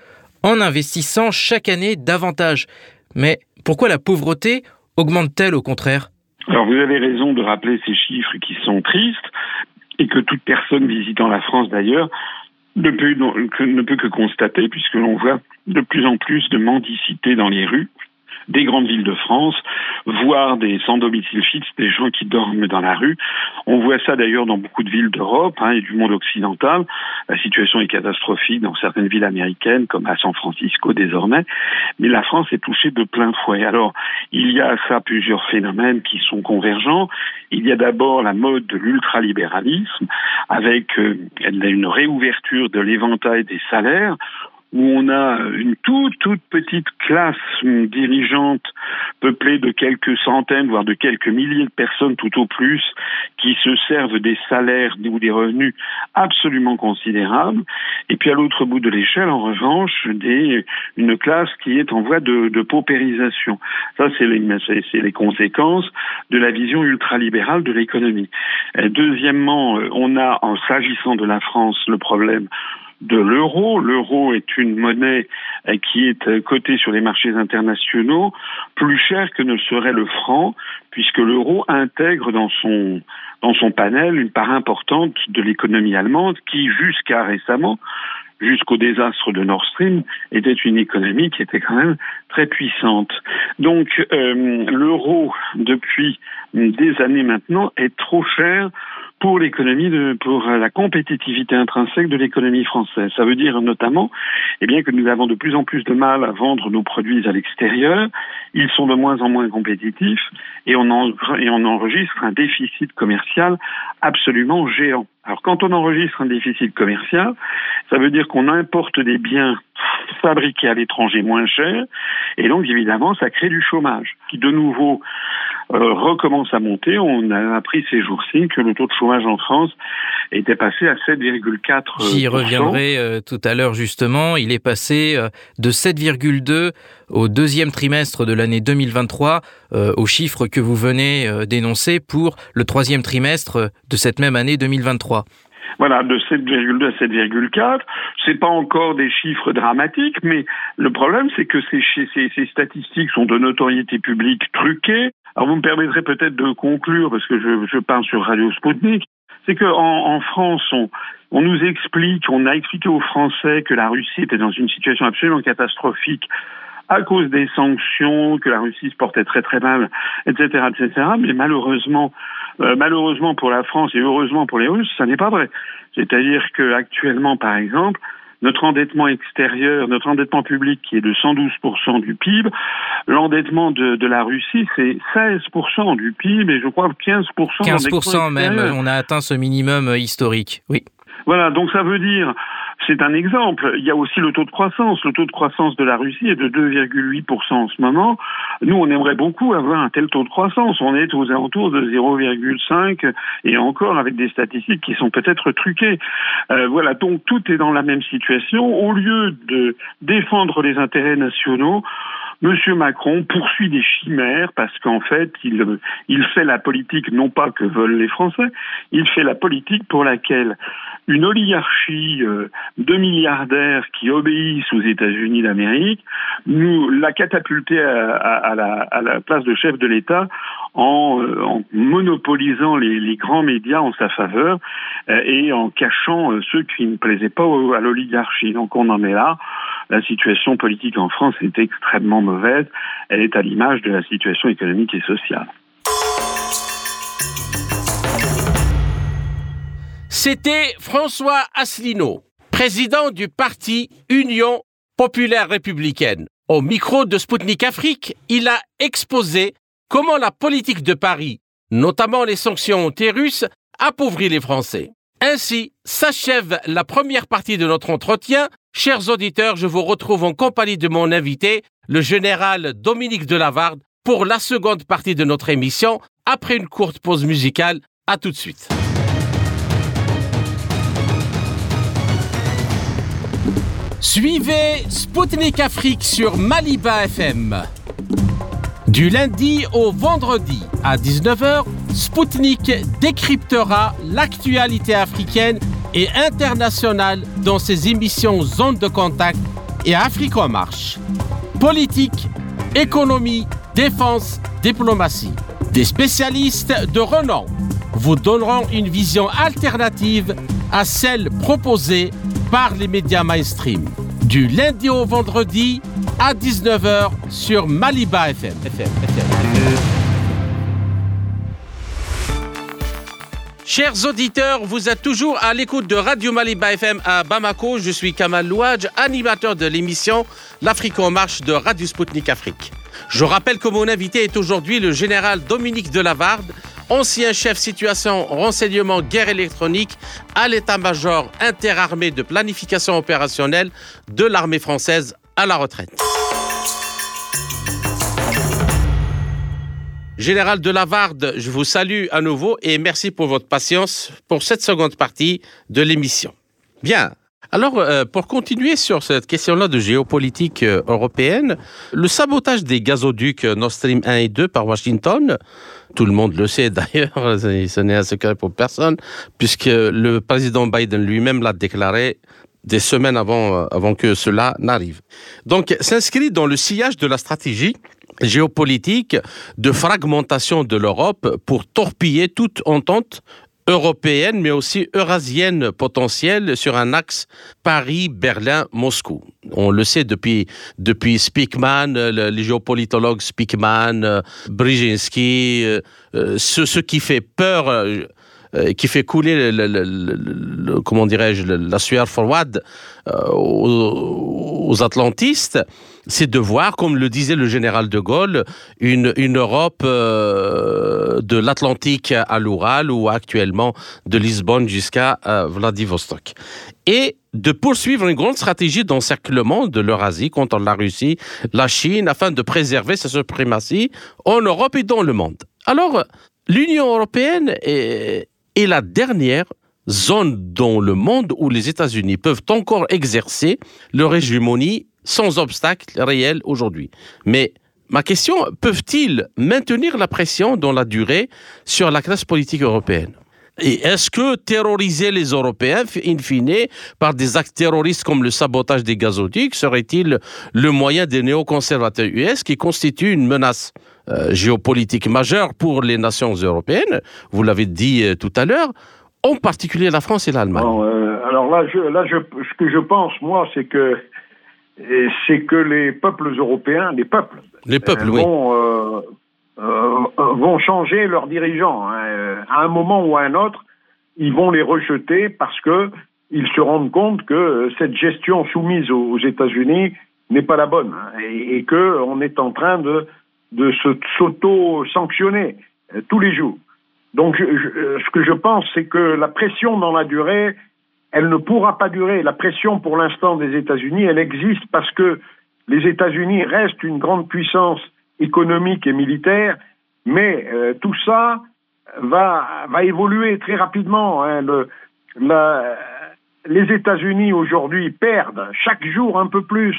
en investissant chaque année davantage. Mais pourquoi la pauvreté augmente-t-elle au contraire ? Alors vous avez raison de rappeler ces chiffres qui sont tristes et que toute personne visitant la France d'ailleurs ne peut, ne peut que constater, puisque l'on voit de plus en plus de mendicité dans les rues des grandes villes de France, voire des sans domicile fixe, des gens qui dorment dans la rue. On voit ça d'ailleurs dans beaucoup de villes d'Europe hein, et du monde occidental. La situation est catastrophique dans certaines villes américaines, comme à San Francisco désormais, mais la France est touchée de plein fouet. Alors, il y a à ça plusieurs phénomènes qui sont convergents. Il y a d'abord la mode de l'ultralibéralisme, avec euh, une réouverture de l'éventail des salaires, où on a une toute, toute petite classe dirigeante peuplée de quelques centaines, voire de quelques milliers de personnes tout au plus, qui se servent des salaires ou des revenus absolument considérables. Et puis à l'autre bout de l'échelle, en revanche, des, une classe qui est en voie de, de paupérisation. Ça, c'est les, c'est, c'est les conséquences de la vision ultralibérale de l'économie. Et deuxièmement, on a, en s'agissant de la France, le problème de l'euro. L'euro est une monnaie qui est cotée sur les marchés internationaux plus chère que ne le serait le franc, puisque l'euro intègre dans son dans son panel une part importante de l'économie allemande qui, jusqu'à récemment, jusqu'au désastre de Nord Stream, était une économie qui était quand même très puissante. Donc euh, l'euro, depuis des années maintenant, est trop cher pour l'économie, de, pour la compétitivité intrinsèque de l'économie française. Ça veut dire notamment eh bien, que nous avons de plus en plus de mal à vendre nos produits à l'extérieur, ils sont de moins en moins compétitifs et on, en, et on enregistre un déficit commercial absolument géant. Alors quand on enregistre un déficit commercial, ça veut dire qu'on importe des biens fabriqués à l'étranger moins chers et donc évidemment ça crée du chômage qui de nouveau euh, recommence à monter. On a appris ces jours-ci que le taux de chômage en France était passé à sept virgule quatre pour cent. J'y reviendrai euh, tout à l'heure justement. Il est passé euh, de sept virgule deux au deuxième trimestre de l'année deux mille vingt-trois euh, au chiffre que vous venez euh, d'énoncer pour le troisième trimestre de cette même année deux mille vingt-trois. Voilà, de sept virgule deux à sept virgule quatre. C'est pas encore des chiffres dramatiques, mais le problème, c'est que ces, ces, ces statistiques sont de notoriété publique truquées. Alors, vous me permettrez peut-être de conclure, parce que je, je parle sur Radio Sputnik. C'est qu'en en France, on, on nous explique, on a expliqué aux Français que la Russie était dans une situation absolument catastrophique à cause des sanctions, que la Russie se portait très très mal, et cetera, et cetera. Mais malheureusement, euh, malheureusement pour la France et heureusement pour les Russes, ça n'est pas vrai. C'est-à-dire que actuellement, par exemple, notre endettement extérieur, notre endettement public qui est de cent douze pour cent du P I B, l'endettement de, de la Russie, c'est seize pour cent du P I B et je crois quinze pour cent quinze pour cent même, on a atteint ce minimum historique, oui. Voilà, donc ça veut dire, c'est un exemple, il y a aussi le taux de croissance. Le taux de croissance de la Russie est de deux virgule huit pour cent en ce moment. Nous, on aimerait beaucoup avoir un tel taux de croissance. On est aux alentours de zéro virgule cinq et encore avec des statistiques qui sont peut-être truquées. Euh, voilà, donc tout est dans la même situation. Au lieu de défendre les intérêts nationaux, Monsieur Macron poursuit des chimères parce qu'en fait, il, il fait la politique, non pas que veulent les Français, il fait la politique pour laquelle une oligarchie euh, de milliardaires qui obéissent aux États-Unis d'Amérique nous l'a catapulté à, à, à, la, à la place de chef de l'État en, euh, en monopolisant les, les grands médias en sa faveur euh, et en cachant euh, ceux qui ne plaisaient pas au, à l'oligarchie. Donc on en est là. La situation politique en France est extrêmement mauvaise. Elle est à l'image de la situation économique et sociale. C'était François Asselineau, président du parti Union populaire républicaine. Au micro de Spoutnik Afrique, il a exposé comment la politique de Paris, notamment les sanctions anti-russes, appauvrit les Français. Ainsi s'achève la première partie de notre entretien. Chers auditeurs, je vous retrouve en compagnie de mon invité, le général Dominique de Lavarde, pour la seconde partie de notre émission, après une courte pause musicale. À tout de suite. Suivez Spoutnik Afrique sur Maliba F M. Du lundi au vendredi à dix-neuf heures, Spoutnik décryptera l'actualité africaine et internationale dans ses émissions Zone de Contact et Afrique en marche. Politique, économie, défense, diplomatie. Des spécialistes de renom vous donneront une vision alternative à celle proposée par les médias mainstream. Du lundi au vendredi à dix-neuf heures sur Maliba F M. F M, F M. Chers auditeurs, vous êtes toujours à l'écoute de Radio Maliba F M à Bamako. Je suis Kamal Louadj, animateur de l'émission L'Afrique en marche de Radio Spoutnik Afrique. Je rappelle que mon invité est aujourd'hui le général Dominique de Lavarde, ancien chef situation renseignement guerre électronique à l'état-major interarmé de planification opérationnelle de l'armée française à la retraite. Général de Lavarde, je vous salue à nouveau et merci pour votre patience pour cette seconde partie de l'émission. Bien, alors euh, pour continuer sur cette question-là de géopolitique euh, européenne, le sabotage des gazoducs Nord Stream un et deux par Washington, tout le monde le sait d'ailleurs, ce n'est un secret pour personne, puisque le président Biden lui-même l'a déclaré des semaines avant, avant que cela n'arrive. Donc, s'inscrit dans le sillage de la stratégie géopolitique de fragmentation de l'Europe pour torpiller toute entente européenne, mais aussi eurasienne potentielle sur un axe Paris-Berlin-Moscou. On le sait depuis, depuis Speakman, le, les géopolitologues Speakman, euh, Brzezinski, euh, ce, ce qui fait peur, euh, qui fait couler, le, le, le, le, comment dirais-je, la sueur froide euh, aux, aux atlantistes, c'est de voir, comme le disait le général de Gaulle, une, une Europe euh, de l'Atlantique à l'Oural ou actuellement de Lisbonne jusqu'à euh, Vladivostok. Et de poursuivre une grande stratégie d'encerclement de l'Eurasie contre la Russie, la Chine, afin de préserver sa suprématie en Europe et dans le monde. Alors, l'Union européenne est, est la dernière zone dans le monde où les États-Unis peuvent encore exercer leur hégémonie sans obstacle réel aujourd'hui. Mais ma question, peuvent-ils maintenir la pression dans la durée sur la classe politique européenne ? Et est-ce que terroriser les Européens, in fine, par des actes terroristes comme le sabotage des gazoducs, serait-il le moyen des néoconservateurs U S qui constituent une menace euh, géopolitique majeure pour les nations européennes ? Vous l'avez dit euh, tout à l'heure, en particulier la France et l'Allemagne. Alors, euh, alors là, je, là je, ce que je pense, moi, c'est que Et c'est que les peuples européens, les peuples, les peuples, euh, vont, oui. euh, euh, vont changer leurs dirigeants. Hein. À un moment ou à un autre, ils vont les rejeter parce que ils se rendent compte que cette gestion soumise aux États-Unis n'est pas la bonne, hein, et, et que on est en train de, de se, s'auto-sanctionner euh, tous les jours. Donc, je, je, ce que je pense, c'est que la pression dans la durée, elle ne pourra pas durer. La pression, pour l'instant, des États-Unis, elle existe parce que les États-Unis restent une grande puissance économique et militaire, mais euh, tout ça va, va évoluer très rapidement. Hein. Le, la, les États-Unis, aujourd'hui, perdent chaque jour un peu plus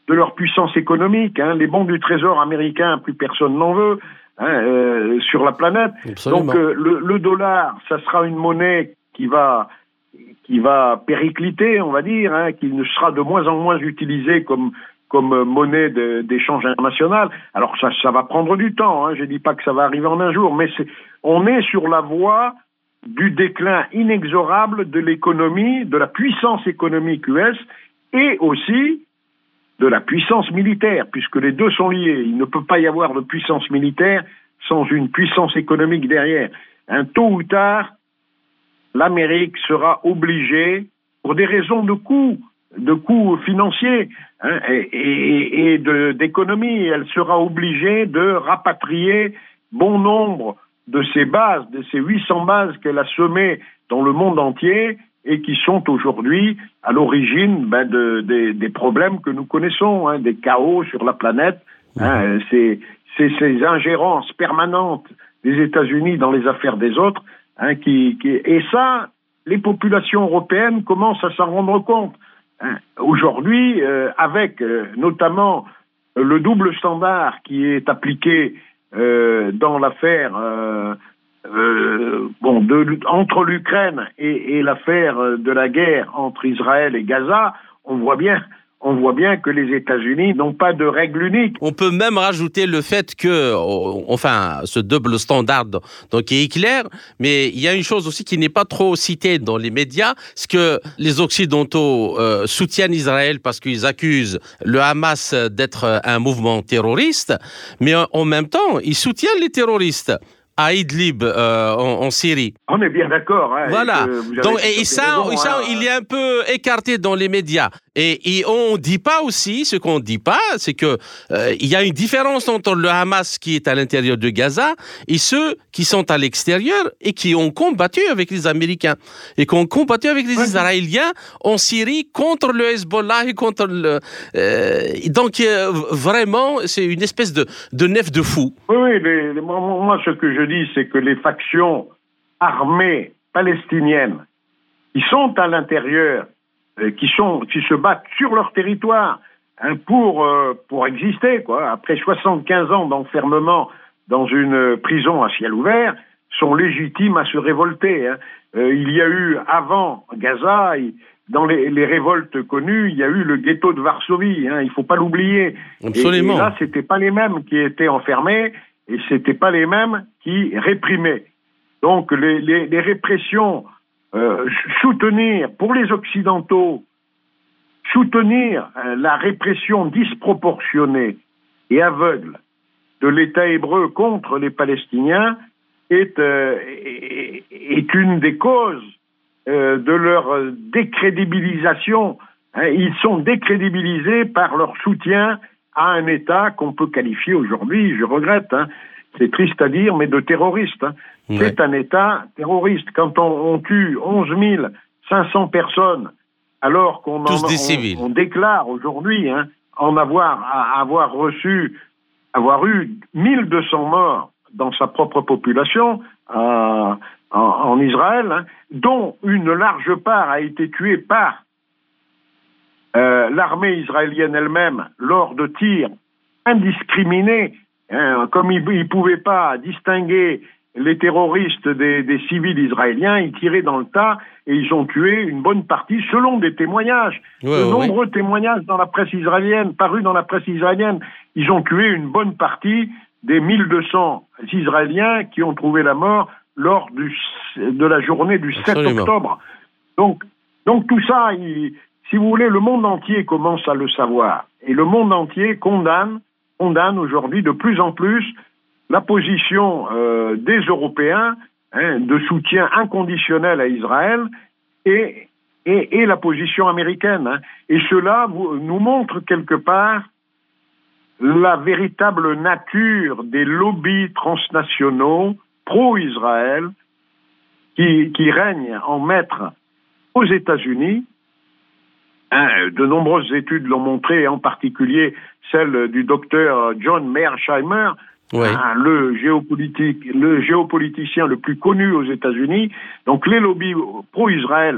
de leur puissance économique. Hein. Les bons du Trésor américain, plus personne n'en veut hein, euh, sur la planète. Absolument. Donc euh, le, le dollar, ça sera une monnaie qui va qui va péricliter, on va dire, hein, qui ne sera de moins en moins utilisée comme comme monnaie de, d'échange international. Alors ça, ça va prendre du temps. Hein. Je dis pas que ça va arriver en un jour, mais c'est, on est sur la voie du déclin inexorable de l'économie, de la puissance économique U S et aussi de la puissance militaire, puisque les deux sont liés. Il ne peut pas y avoir de puissance militaire sans une puissance économique derrière. Un tôt ou tard, l'Amérique sera obligée, pour des raisons de coûts, de coûts financiers hein, et, et, et de, d'économie, elle sera obligée de rapatrier bon nombre de ces bases, de ces huit cents bases qu'elle a semées dans le monde entier et qui sont aujourd'hui à l'origine ben, de, de, des problèmes que nous connaissons, hein, des chaos sur la planète, hein, c'est, c'est ces ingérences permanentes des États-Unis dans les affaires des autres, hein, qui, qui, et ça, les populations européennes commencent à s'en rendre compte. Hein. Aujourd'hui, euh, avec euh, notamment euh, le double standard qui est appliqué euh, dans l'affaire euh, Euh, bon, de, entre l'Ukraine et, et l'affaire de la guerre entre Israël et Gaza, on voit bien, on voit bien que les États-Unis n'ont pas de règle unique. On peut même rajouter le fait que, enfin, ce double standard donc est clair, mais il y a une chose aussi qui n'est pas trop citée dans les médias, c'est que les Occidentaux euh, soutiennent Israël parce qu'ils accusent le Hamas d'être un mouvement terroriste, mais en, en même temps, ils soutiennent les terroristes à Idlib, euh, en, en Syrie. On est bien d'accord. Hein, voilà. Et Donc, et, et ça, raison, ça hein. il est un peu écarté dans les médias. Et, et on dit pas aussi, ce qu'on dit pas, c'est que euh, il y a une différence entre le Hamas qui est à l'intérieur de Gaza et ceux qui sont à l'extérieur et qui ont combattu avec les Américains et qui ont combattu avec les ouais. Israéliens en Syrie contre le Hezbollah et contre le. Euh, donc euh, vraiment, c'est une espèce de de nef de fou. Oui, oui. Les, les, moi, ce que je dis, c'est que les factions armées palestiniennes qui sont à l'intérieur, euh, qui sont, qui se battent sur leur territoire hein, pour euh, pour exister, quoi. Après soixante-quinze ans d'enfermement dans une prison à ciel ouvert, sont légitimes à se révolter. Hein. Euh, il y a eu avant Gaza, dans les, les révoltes connues, il y a eu le ghetto de Varsovie. Hein, il faut pas l'oublier. Absolument. Et, et là, c'était pas les mêmes qui étaient enfermés et c'était pas les mêmes qui réprimaient. Donc les, les, les répressions, euh, soutenir pour les Occidentaux, soutenir euh, la répression disproportionnée et aveugle de l'État hébreu contre les Palestiniens est, euh, est, est une des causes euh, de leur décrédibilisation. Hein, ils sont décrédibilisés par leur soutien à un État qu'on peut qualifier aujourd'hui, je regrette, hein, c'est triste à dire, mais de terroriste. Hein. Ouais. C'est un État terroriste. Quand on, on tue onze mille cinq cents personnes, alors qu'on en, on, on déclare aujourd'hui hein, en avoir, à, avoir reçu, avoir eu mille deux cents morts dans sa propre population euh, en, en Israël, hein, dont une large part a été tuée par euh, l'armée israélienne elle-même lors de tirs indiscriminés. Hein, comme ils ne pouvaient pas distinguer les terroristes des, des civils israéliens, ils tiraient dans le tas et ils ont tué une bonne partie, selon des témoignages. Ouais, de ouais, nombreux ouais. témoignages dans la presse israélienne, parus dans la presse israélienne, ils ont tué une bonne partie des mille deux cents Israéliens qui ont trouvé la mort lors du, de la journée du Absolument. sept octobre. Donc, donc tout ça, il, si vous voulez, le monde entier commence à le savoir. Et le monde entier condamne condamne aujourd'hui de plus en plus la position euh, des Européens hein, de soutien inconditionnel à Israël et, et, et la position américaine. Hein. Et cela vous, nous montre quelque part la véritable nature des lobbies transnationaux pro-Israël qui, qui règnent en maître aux États-Unis. Hein, de nombreuses études l'ont montré, en particulier celle du docteur John Mearsheimer, oui. hein, le, géopolitique, le géopoliticien le plus connu aux États-Unis. Donc les lobbies pro-Israël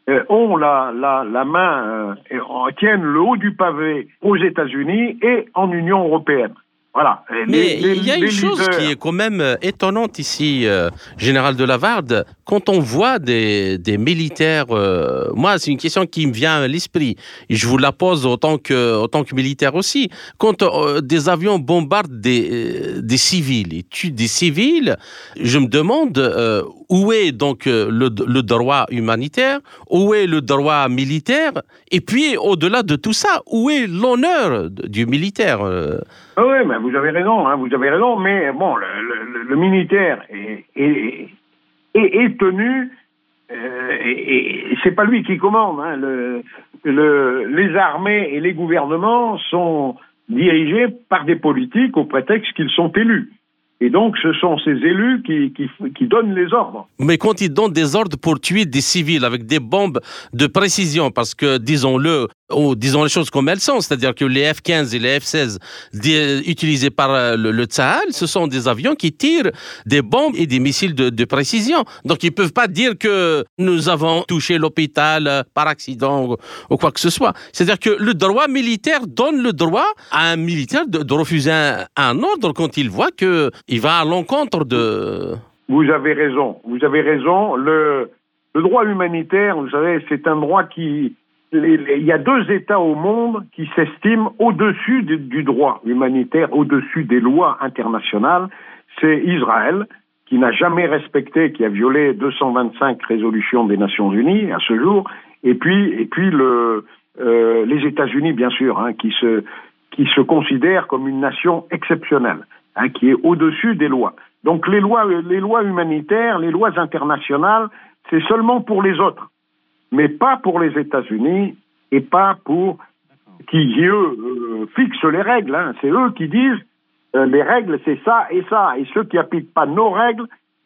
euh, ont la, la, la main, euh, tiennent le haut du pavé aux États-Unis et en Union européenne. Voilà. Mais les, il y a une chose leaders... qui est quand même étonnante ici, euh, Général de Lavarde, quand on voit des, des militaires, euh, moi c'est une question qui me vient à l'esprit, et je vous la pose autant que, autant que militaire aussi, quand euh, des avions bombardent des, euh, des civils et tuent des civils, je me demande euh, où est donc le, le droit humanitaire, où est le droit militaire, et puis au-delà de tout ça, où est l'honneur du militaire euh... Ah oui, mais vous avez raison, hein, vous avez raison, mais bon, le, le, le militaire est, est, est, est tenu, euh, et, et c'est pas lui qui commande. Hein, le, le, les armées et les gouvernements sont dirigés par des politiques au prétexte qu'ils sont élus. Et donc, ce sont ces élus qui, qui, qui donnent les ordres. Mais quand ils donnent des ordres pour tuer des civils avec des bombes de précision, parce que, disons-le, ou disons les choses comme elles sont, c'est-à-dire que les F quinze et les F seize des, utilisés par le, le Tsahal, ce sont des avions qui tirent des bombes et des missiles de, de précision. Donc, ils ne peuvent pas dire que nous avons touché l'hôpital par accident ou, ou quoi que ce soit. C'est-à-dire que le droit militaire donne le droit à un militaire de, de refuser un, un ordre quand il voit que il va à l'encontre de... Vous avez raison, vous avez raison. Le, le droit humanitaire, vous savez, c'est un droit qui... Il y a deux États au monde qui s'estiment au-dessus du, du droit humanitaire, au-dessus des lois internationales. C'est Israël, qui n'a jamais respecté, qui a violé deux cent vingt-cinq résolutions des Nations Unies à ce jour, et puis, et puis le, euh, les États-Unis, bien sûr, hein, qui se, qui se considèrent comme une nation exceptionnelle. Hein, qui est au-dessus des lois. Donc les lois, les lois humanitaires, les lois internationales, c'est seulement pour les autres, mais pas pour les États-Unis et pas pour qui, eux, euh, fixent les règles. Hein. C'est eux qui disent euh, les règles, c'est ça et ça. Et ceux qui n'appliquent pas nos règles,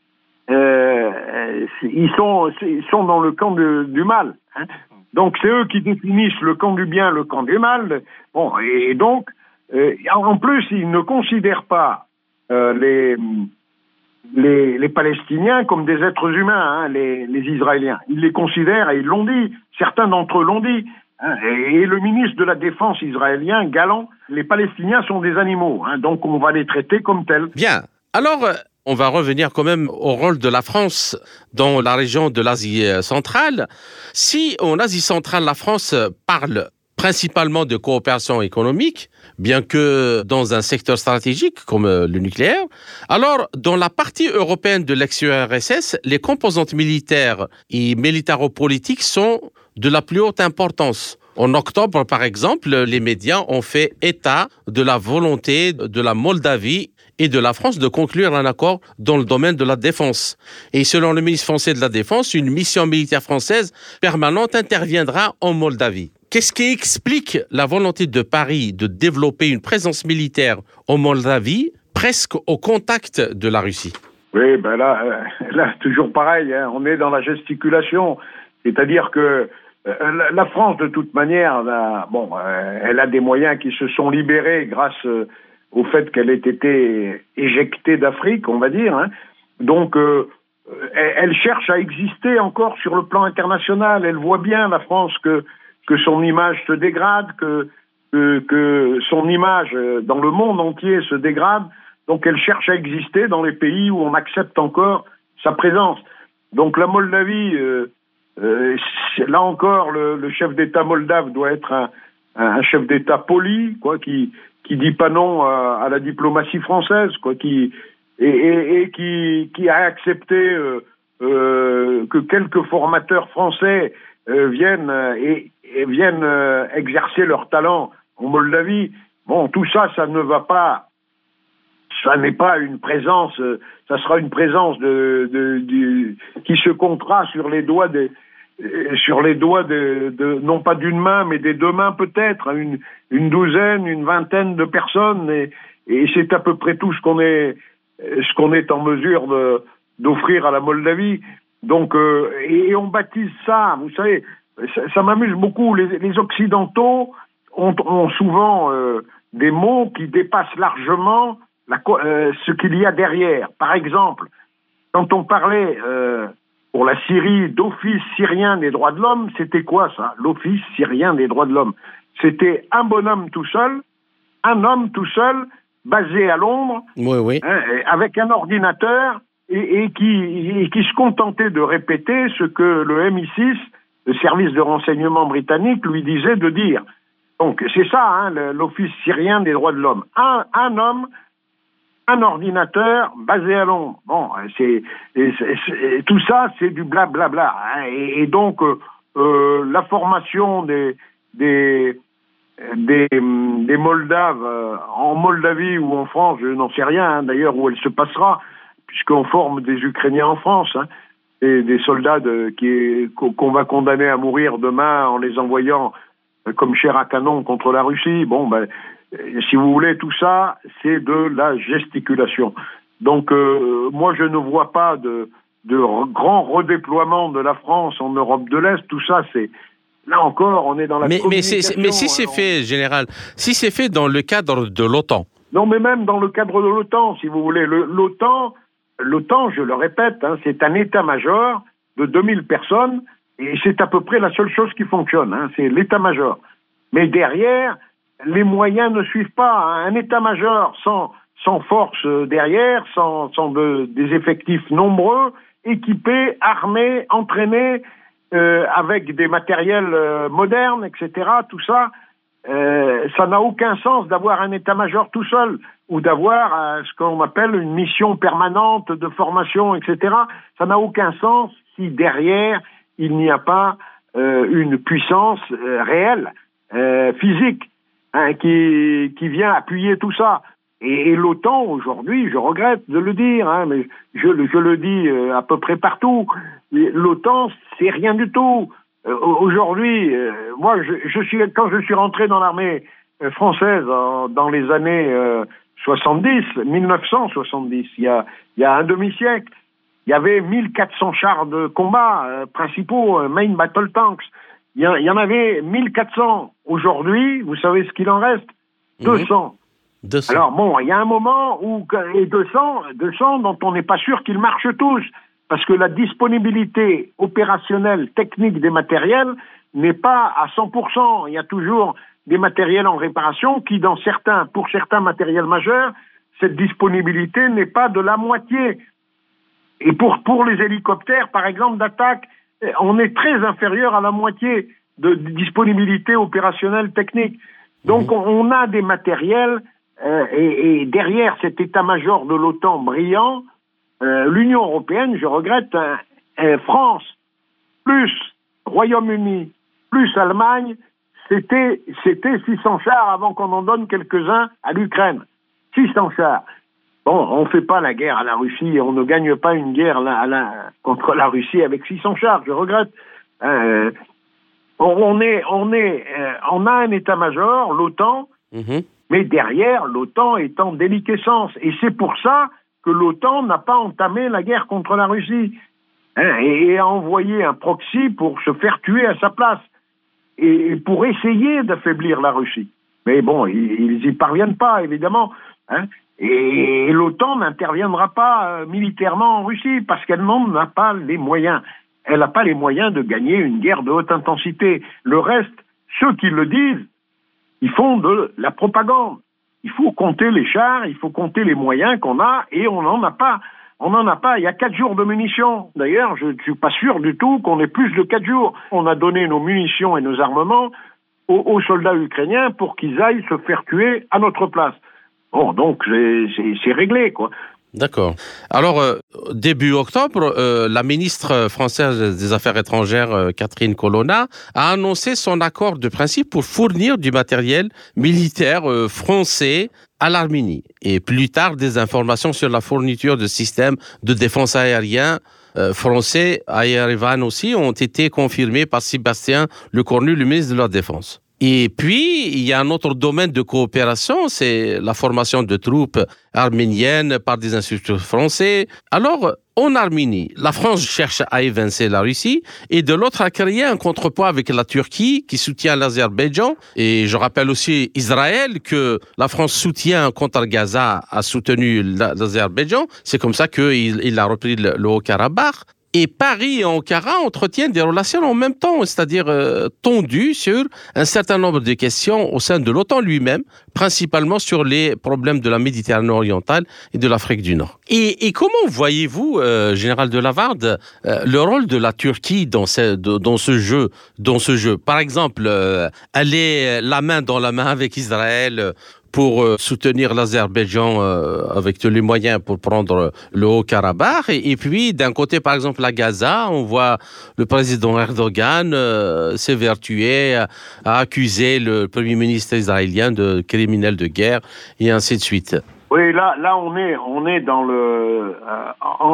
euh, ils, sont, ils sont dans le camp de, du mal. Hein. Donc c'est eux qui définissent le camp du bien, le camp du mal. Bon, et donc, Euh, en plus, ils ne considèrent pas euh, les, les, les Palestiniens comme des êtres humains, hein, les, les Israéliens. Ils les considèrent, et ils l'ont dit, certains d'entre eux l'ont dit, hein, et, et le ministre de la Défense israélien, Galland, les Palestiniens sont des animaux, hein, donc on va les traiter comme tels. Bien, alors on va revenir quand même au rôle de la France dans la région de l'Asie centrale. Si en Asie centrale, la France parle principalement de coopération économique, bien que dans un secteur stratégique comme le nucléaire. Alors, dans la partie européenne de l'ex-U R S S, les composantes militaires et militaro-politiques sont de la plus haute importance. En octobre, par exemple, les médias ont fait état de la volonté de la Moldavie et de la France de conclure un accord dans le domaine de la défense. Et selon le ministre français de la Défense, une mission militaire française permanente interviendra en Moldavie. Qu'est-ce qui explique la volonté de Paris de développer une présence militaire en Moldavie, presque au contact de la Russie? Oui, ben là, là toujours pareil, hein, on est dans la gesticulation. C'est-à-dire que euh, la France, de toute manière, là, bon, euh, elle a des moyens qui se sont libérés grâce euh, au fait qu'elle ait été éjectée d'Afrique, on va dire. Hein. Donc, euh, elle, elle cherche à exister encore sur le plan international. Elle voit bien, la France, que que son image se dégrade, que, que, que son image dans le monde entier se dégrade. Donc elle cherche à exister dans les pays où on accepte encore sa présence. Donc la Moldavie, euh, euh, là encore, le, le chef d'État moldave doit être un, un chef d'État poli, quoi, qui qui dit pas non à, à la diplomatie française, quoi, qui et, et, et qui qui a accepté euh, euh, que quelques formateurs français euh, viennent et et viennent euh, exercer leur talent en Moldavie. Bon, tout ça, ça ne va pas, ça n'est pas une présence, euh, ça sera une présence de, de, de, qui se comptera sur les doigts des, euh, sur les doigts de, de, non pas d'une main, mais des deux mains peut-être, une, une douzaine, une vingtaine de personnes, et, et c'est à peu près tout ce qu'on est, ce qu'on est en mesure de, d'offrir à la Moldavie. Donc, euh, et, et on baptise ça, vous savez, Ça, ça m'amuse beaucoup. Les, les Occidentaux ont, ont souvent euh, des mots qui dépassent largement la, euh, ce qu'il y a derrière. Par exemple, quand on parlait euh, pour la Syrie d'Office syrien des droits de l'homme. C'était quoi ça, l'Office syrien des droits de l'homme? C'était un bonhomme tout seul, un homme tout seul, basé à Londres, oui, oui. Hein, avec un ordinateur, et, et, qui, et qui se contentait de répéter ce que le M I six, le service de renseignement britannique, lui disait de dire. Donc c'est ça, hein, l'Office syrien des droits de l'homme. Un, un homme, un ordinateur basé à Londres. Bon, c'est, c'est, c'est tout ça, c'est du blablabla. Hein, et, et donc euh, euh, la formation des des des, des Moldaves euh, en Moldavie ou en France, je n'en sais rien. Hein, d'ailleurs, où elle se passera, puisqu'on forme des Ukrainiens en France. Hein, et des soldats de, qui, qu'on va condamner à mourir demain en les envoyant comme chair à canon contre la Russie. Bon, ben, si vous voulez, tout ça, c'est de la gesticulation. Donc, euh, moi, je ne vois pas de, de grand redéploiement de la France en Europe de l'Est. Tout ça, c'est... Là encore, on est dans la mais, communication. Mais, c'est, mais si c'est on... fait, général, si c'est fait dans le cadre de l'OTAN... Non, mais même dans le cadre de l'OTAN, si vous voulez. Le, L'OTAN... L'OTAN, je le répète, hein, c'est un état-major de deux mille personnes et c'est à peu près la seule chose qui fonctionne, hein, c'est l'état-major. Mais derrière, les moyens ne suivent pas. Hein. Un état-major sans, sans force derrière, sans, sans de, des effectifs nombreux, équipés, armés, entraînés, euh, avec des matériels euh, modernes, et cetera, tout ça, euh, ça n'a aucun sens d'avoir un état-major tout seul ou d'avoir euh, ce qu'on appelle une mission permanente de formation, et cetera. Ça n'a aucun sens si derrière, il n'y a pas euh, une puissance euh, réelle, euh, physique, hein, qui, qui vient appuyer tout ça. Et, et l'OTAN, aujourd'hui, je regrette de le dire, hein, mais je, je le dis euh, à peu près partout, l'OTAN, c'est rien du tout. Euh, aujourd'hui, euh, moi, je, je suis, quand je suis rentré dans l'armée euh, française en, dans les années... Euh, soixante-dix, mille neuf cent soixante-dix, il y a, il y a un demi-siècle, il y avait mille quatre cents chars de combat euh, principaux, euh, main battle tanks. Il y, a, il y en avait mille quatre cents. Aujourd'hui, vous savez ce qu'il en reste? deux cents. Mmh. deux cents. Alors bon, il y a un moment où les deux cents, deux cents dont on n'est pas sûr qu'ils marchent tous, parce que la disponibilité opérationnelle, technique des matériels n'est pas à cent pour cent. Il y a toujours des matériels en réparation qui, dans certains, pour certains matériels majeurs, cette disponibilité n'est pas de la moitié. Et pour, pour les hélicoptères, par exemple, d'attaque, on est très inférieur à la moitié de disponibilité opérationnelle technique. Donc, mmh. on a des matériels, euh, et, et derrière cet état-major de l'OTAN brillant, euh, l'Union européenne, je regrette, hein, euh, France, plus Royaume-Uni, plus Allemagne, C'était, c'était six cents chars avant qu'on en donne quelques-uns à l'Ukraine. six cents chars. Bon, on ne fait pas la guerre à la Russie, on ne gagne pas une guerre la, à la, contre la Russie avec six cents chars, je regrette. Euh, on, on, est, on, est, euh, on a un état-major, l'OTAN, mmh. mais derrière, l'OTAN est en déliquescence. Et c'est pour ça que l'OTAN n'a pas entamé la guerre contre la Russie, hein, et, et a envoyé un proxy pour se faire tuer à sa place. Et pour essayer d'affaiblir la Russie. Mais bon, ils n'y parviennent pas, évidemment. Hein. Et l'OTAN n'interviendra pas euh, militairement en Russie, parce qu'elle n'en a pas les moyens. Elle n'a pas les moyens de gagner une guerre de haute intensité. Le reste, ceux qui le disent, ils font de la propagande. Il faut compter les chars, il faut compter les moyens qu'on a, et on n'en a pas. On n'en a pas, il y a quatre jours de munitions. D'ailleurs, je ne suis pas sûr du tout qu'on ait plus de quatre jours. On a donné nos munitions et nos armements aux, aux soldats ukrainiens pour qu'ils aillent se faire tuer à notre place. Bon, donc c'est, c'est, c'est réglé, quoi. D'accord. Alors, euh, début octobre, euh, la ministre française des Affaires étrangères, euh, Catherine Colonna, a annoncé son accord de principe pour fournir du matériel militaire euh, français à l'Arménie. Et plus tard, des informations sur la fourniture de systèmes de défense aérien euh, français à Yerevan aussi ont été confirmées par Sébastien Lecornu, le ministre de la Défense. Et puis, il y a un autre domaine de coopération, c'est la formation de troupes arméniennes par des instructeurs français. Alors, en Arménie, la France cherche à évincer la Russie et de l'autre à créer un contrepoids avec la Turquie qui soutient l'Azerbaïdjan. Et je rappelle aussi Israël que la France soutient contre Gaza, a soutenu l'Azerbaïdjan. C'est comme ça qu'il il a repris le, le Haut-Karabakh. Et Paris et Ankara entretiennent des relations en même temps, c'est-à-dire euh, tendues sur un certain nombre de questions au sein de l'OTAN lui-même, principalement sur les problèmes de la Méditerranée orientale et de l'Afrique du Nord. Et, et comment voyez-vous, euh, général de Lavarde, euh, le rôle de la Turquie dans ce, de, dans ce jeu, dans ce jeu? Par exemple, euh, aller la main dans la main avec Israël pour euh, soutenir l'Azerbaïdjan euh, avec tous les moyens pour prendre le Haut-Karabakh. Et, et puis, d'un côté, par exemple, à Gaza, on voit le président Erdogan euh, s'évertuer à, à accuser le Premier ministre israélien de criminel de guerre et ainsi de suite. Oui, là, là, on est, on est dans le, euh,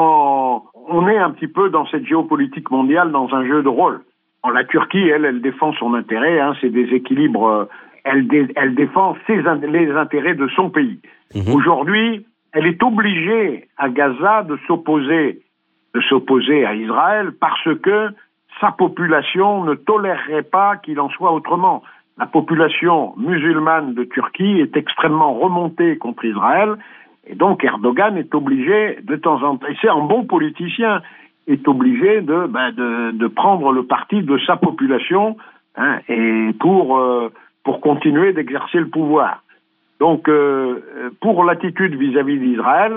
en, on est un petit peu dans cette géopolitique mondiale, dans un jeu de rôle. En la Turquie, elle, elle défend son intérêt, hein, c'est des équilibres. Euh, Elle, dé, elle défend ses, les intérêts de son pays. Mmh. Aujourd'hui, elle est obligée à Gaza de s'opposer, de s'opposer à Israël parce que sa population ne tolérerait pas qu'il en soit autrement. La population musulmane de Turquie est extrêmement remontée contre Israël et donc Erdogan est obligé de temps en temps, et c'est un bon politicien, est obligé de, ben, de, de prendre le parti de sa population, hein, et pour euh, pour continuer d'exercer le pouvoir. Donc, euh, pour l'attitude vis-à-vis d'Israël,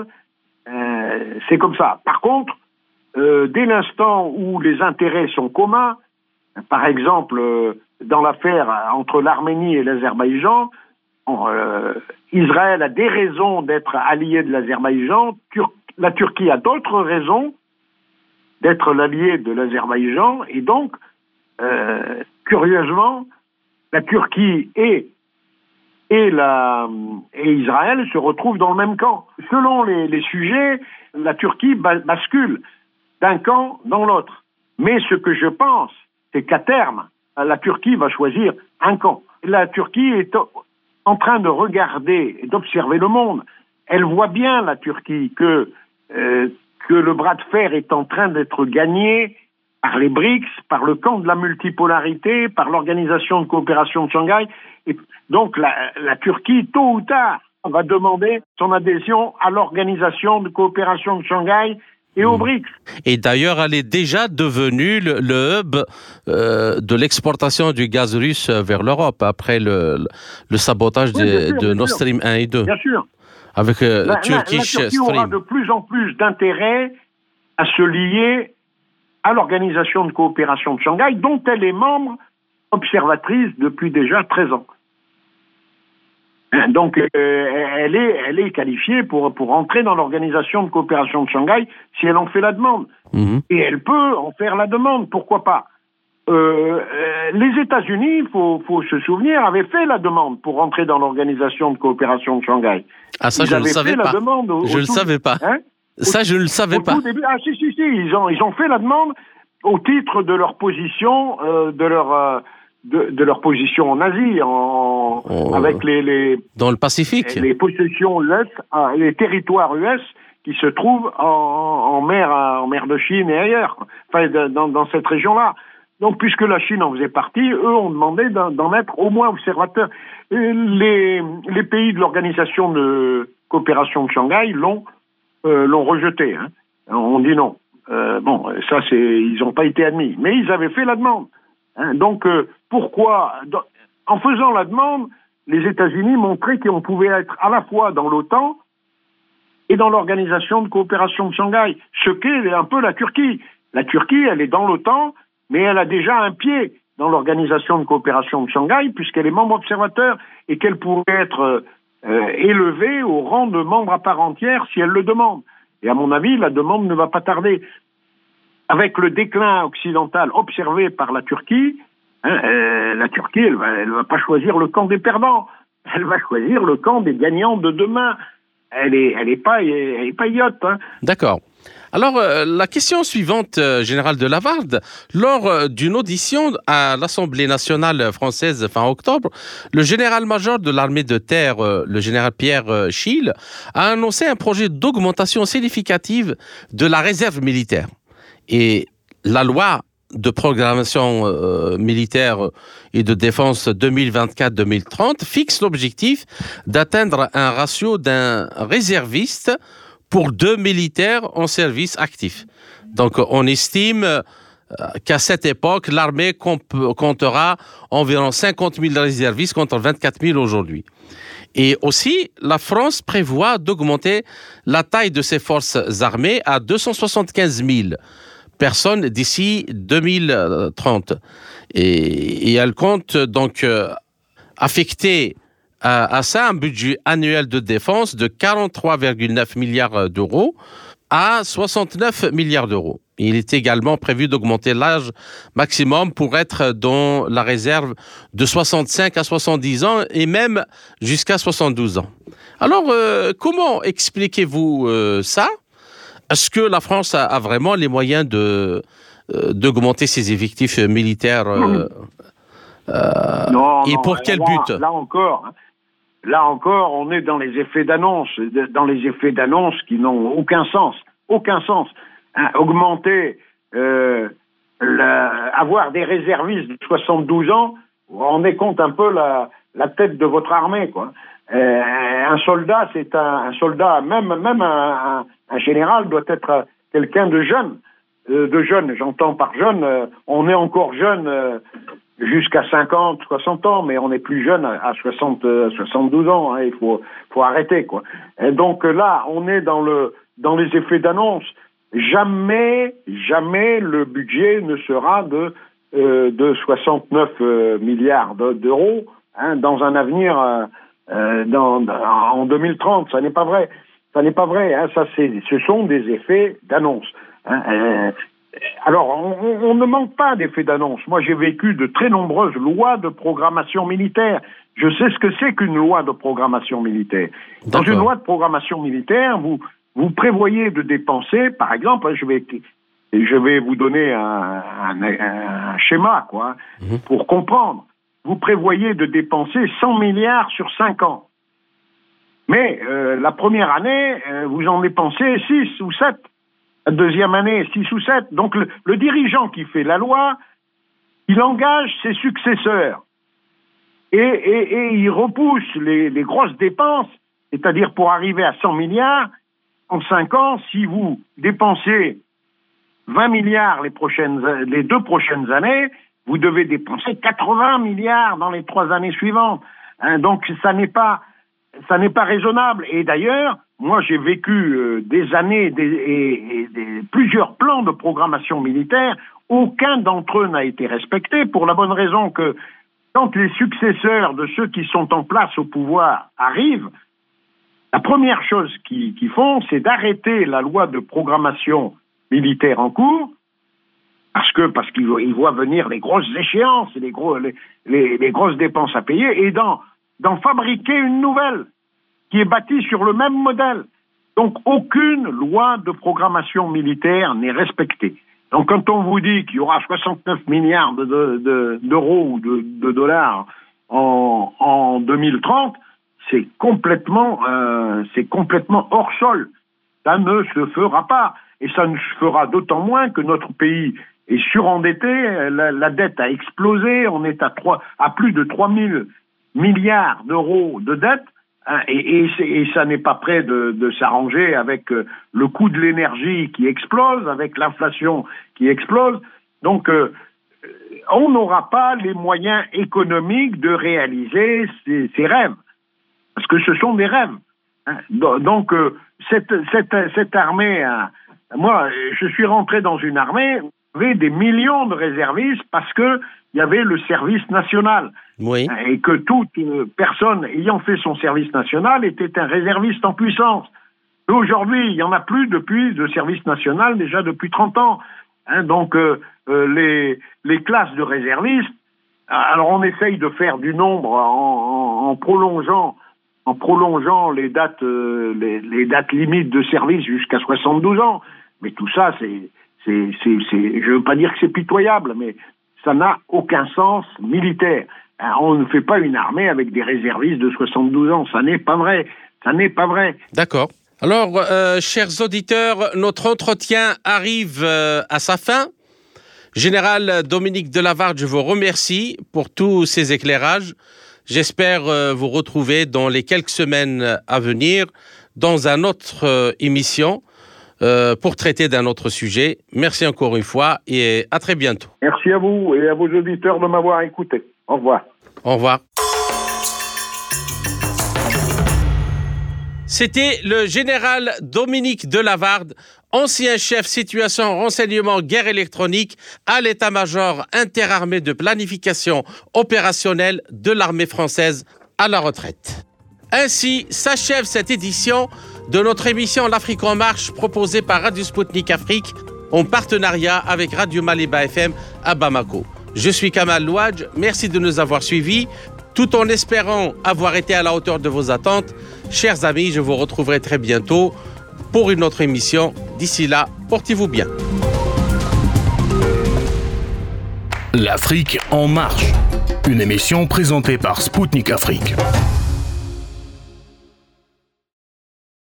euh, c'est comme ça. Par contre, euh, dès l'instant où les intérêts sont communs, par exemple, euh, dans l'affaire entre l'Arménie et l'Azerbaïdjan, euh, Israël a des raisons d'être allié de l'Azerbaïdjan, Tur- la Turquie a d'autres raisons d'être l'allié de l'Azerbaïdjan, et donc, euh, curieusement, la Turquie et, et, la, et Israël se retrouvent dans le même camp. Selon les, les sujets, la Turquie bascule d'un camp dans l'autre. Mais ce que je pense, c'est qu'à terme, la Turquie va choisir un camp. La Turquie est en train de regarder et d'observer le monde. Elle voit bien, la Turquie, que, euh, que le bras de fer est en train d'être gagné par les BRICS, par le camp de la multipolarité, par l'Organisation de coopération de Shanghai. Et donc la, la Turquie, tôt ou tard, va demander son adhésion à l'Organisation de coopération de Shanghai et aux BRICS. Et d'ailleurs, elle est déjà devenue le, le hub euh, de l'exportation du gaz russe vers l'Europe, après le, le sabotage oui, de, sûr, de Nord Stream un et deux. Bien sûr. Avec euh, la, Turkish la, la Turquie Stream. aura de plus en plus d'intérêt à se lier à l'Organisation de coopération de Shanghai, dont elle est membre observatrice depuis déjà treize ans. Donc, euh, elle, est, elle est qualifiée pour, pour entrer dans l'Organisation de coopération de Shanghai si elle en fait la demande. Mmh. Et elle peut en faire la demande, pourquoi pas. Euh, euh, les États-Unis, il faut, faut se souvenir, avaient fait la demande pour entrer dans l'Organisation de coopération de Shanghai. Ah, ça, Ils je ne le savais pas. Au, je ne le savais pas. Hein Ça, je ne le savais pas. Début, ah, si, si, si, ils ont, ils ont fait la demande au titre de leur position, euh, de leur, euh, de, de leur position en Asie, en, oh, avec les, les, dans le Pacifique, les possessions U S, ah, les territoires U S qui se trouvent en, en mer, en mer de Chine et ailleurs, enfin, dans, dans cette région-là. Donc, puisque la Chine en faisait partie, eux ont demandé d'en, d'en être au moins observateurs. Les, les pays de l'Organisation de coopération de Shanghai l'ont Euh, l'ont rejeté. Hein. On dit non. Euh, bon, ça, c'est, ils n'ont pas été admis. Mais ils avaient fait la demande. Hein. Donc, euh, pourquoi, dans, en faisant la demande, les États-Unis montraient qu'on pouvait être à la fois dans l'OTAN et dans l'Organisation de coopération de Shanghai, ce qu'est un peu la Turquie. La Turquie, elle est dans l'OTAN, mais elle a déjà un pied dans l'Organisation de coopération de Shanghai, puisqu'elle est membre observateur et qu'elle pourrait être Euh, élevée au rang de membre à part entière si elle le demande. Et à mon avis, la demande ne va pas tarder. Avec le déclin occidental observé par la Turquie, hein, euh, la Turquie, elle va, elle va pas choisir le camp des perdants. Elle va choisir le camp des gagnants de demain. Elle est, elle est pas, elle est pas idiote. Hein. D'accord. Alors, euh, la question suivante, euh, général de Lavarde, lors euh, d'une audition à l'Assemblée nationale française fin octobre, le général-major de l'armée de terre, euh, le général Pierre euh, Schill, a annoncé un projet d'augmentation significative de la réserve militaire. Et la loi de programmation euh, militaire et de défense deux mille vingt-quatre deux mille trente fixe l'objectif d'atteindre un ratio d'un réserviste pour deux militaires en service actif. Donc, on estime qu'à cette époque, l'armée comp- comptera environ cinquante mille réservistes contre vingt-quatre mille aujourd'hui. Et aussi, la France prévoit d'augmenter la taille de ses forces armées à deux cent soixante-quinze mille personnes d'ici deux mille trente. Et, et elle compte donc euh, affecter à, à ça un budget annuel de défense de quarante-trois virgule neuf milliards d'euros à soixante-neuf milliards d'euros. Il est également prévu d'augmenter l'âge maximum pour être dans la réserve de soixante-cinq à soixante-dix ans et même jusqu'à soixante-douze ans. Alors, euh, comment expliquez-vous euh, ça ? Est-ce que la France a, a vraiment les moyens de, euh, d'augmenter ses effectifs militaires euh, euh, non, et non, pour quel là, but ? Là encore, là encore, on est dans les effets d'annonce, dans les effets d'annonce qui n'ont aucun sens, aucun sens. Hein, augmenter, euh, la, avoir des réservistes de soixante-douze ans, vous vous rendez compte un peu la, la tête de votre armée, quoi. Euh, un soldat, c'est un, un soldat, même, même un, un, un général doit être quelqu'un de jeune, euh, de jeune, j'entends par jeune, euh, on est encore jeune euh, jusqu'à cinquante, soixante ans, mais on est plus jeune à soixante, euh, soixante-douze ans, hein, il faut, faut arrêter, quoi. Et donc là, on est dans le, dans les effets d'annonce. Jamais, jamais le budget ne sera de, euh, de soixante-neuf euh, milliards de, d'euros hein, dans un avenir euh, euh, dans, dans, en deux mille trente. Ça n'est pas vrai. Ça n'est pas vrai. Hein, ça, c'est, ce sont des effets d'annonce. Hein, euh, alors, on, on ne manque pas d'effets d'annonce. Moi, j'ai vécu de très nombreuses lois de programmation militaire. Je sais ce que c'est qu'une loi de programmation militaire. Dans D'accord. une loi de programmation militaire, vous Vous prévoyez de dépenser, par exemple, je vais, je vais vous donner un, un, un schéma, quoi, mmh. pour comprendre. Vous prévoyez de dépenser cent milliards sur cinq ans. Mais euh, la première année, euh, vous en dépensez six ou sept. La deuxième année, six ou sept. Donc le, le dirigeant qui fait la loi, il engage ses successeurs. Et, et, et il repousse les, les grosses dépenses, c'est-à-dire pour arriver à cent milliards, en cinq ans, si vous dépensez vingt milliards les, prochaines, les deux prochaines années, vous devez dépenser quatre-vingts milliards dans les trois années suivantes. Hein, donc ça n'est pas, ça n'est pas raisonnable. Et d'ailleurs, moi j'ai vécu euh, des années des, et, et des, plusieurs plans de programmation militaire. Aucun d'entre eux n'a été respecté pour la bonne raison que quand les successeurs de ceux qui sont en place au pouvoir arrivent, la première chose qu'ils, qu'ils font, c'est d'arrêter la loi de programmation militaire en cours, parce que parce qu'ils ils voient venir les grosses échéances, les, gros, les, les, les grosses dépenses à payer, et d'en, d'en fabriquer une nouvelle qui est bâtie sur le même modèle. Donc aucune loi de programmation militaire n'est respectée. Donc quand on vous dit qu'il y aura soixante-neuf milliards de, de, de, d'euros ou de, de dollars en, en deux mille trente, c'est complètement, euh, c'est complètement hors sol. Ça ne se fera pas. Et ça ne se fera d'autant moins que notre pays est surendetté, la, la dette a explosé, on est à, trois, à plus de trois mille milliards d'euros de dette, hein, et, et, et ça n'est pas prêt de, de s'arranger avec euh, le coût de l'énergie qui explose, avec l'inflation qui explose. Donc, euh, on n'aura pas les moyens économiques de réaliser ces, ces rêves. Parce que ce sont des rêves. Hein. Donc, euh, cette, cette, cette armée, hein, moi, je suis rentré dans une armée où il y avait des millions de réservistes parce qu'il y avait le service national. Oui. Hein, et que toute euh, personne ayant fait son service national était un réserviste en puissance. Et aujourd'hui, il n'y en a plus depuis de service national, déjà depuis trente ans. Hein, donc, euh, euh, les, les classes de réservistes, alors on essaye de faire du nombre en, en, en prolongeant en prolongeant les dates, euh, les, les dates limites de service jusqu'à soixante-douze ans. Mais tout ça, c'est, c'est, c'est, c'est, je veux pas dire que c'est pitoyable, mais ça n'a aucun sens militaire. Alors, on ne fait pas une armée avec des réservistes de soixante-douze ans. Ça n'est pas vrai. Ça n'est pas vrai. D'accord. Alors, euh, chers auditeurs, notre entretien arrive euh, à sa fin. Général Dominique Delavarde, je vous remercie pour tous ces éclairages. J'espère euh, vous retrouver dans les quelques semaines à venir dans une autre euh, émission euh, pour traiter d'un autre sujet. Merci encore une fois et à très bientôt. Merci à vous et à vos auditeurs de m'avoir écouté. Au revoir. Au revoir. C'était le général Dominique Delavarde, ancien chef situation renseignement guerre électronique à l'état-major interarmé de planification opérationnelle de l'armée française à la retraite. Ainsi s'achève cette édition de notre émission L'Afrique en marche proposée par Radio Spoutnik Afrique en partenariat avec Radio Maliba F M à Bamako. Je suis Kamal Louadj, merci de nous avoir suivis. Tout en espérant avoir été à la hauteur de vos attentes, chers amis, je vous retrouverai très bientôt pour une autre émission. D'ici là, portez-vous bien. L'Afrique en marche, une émission présentée par Spoutnik Afrique.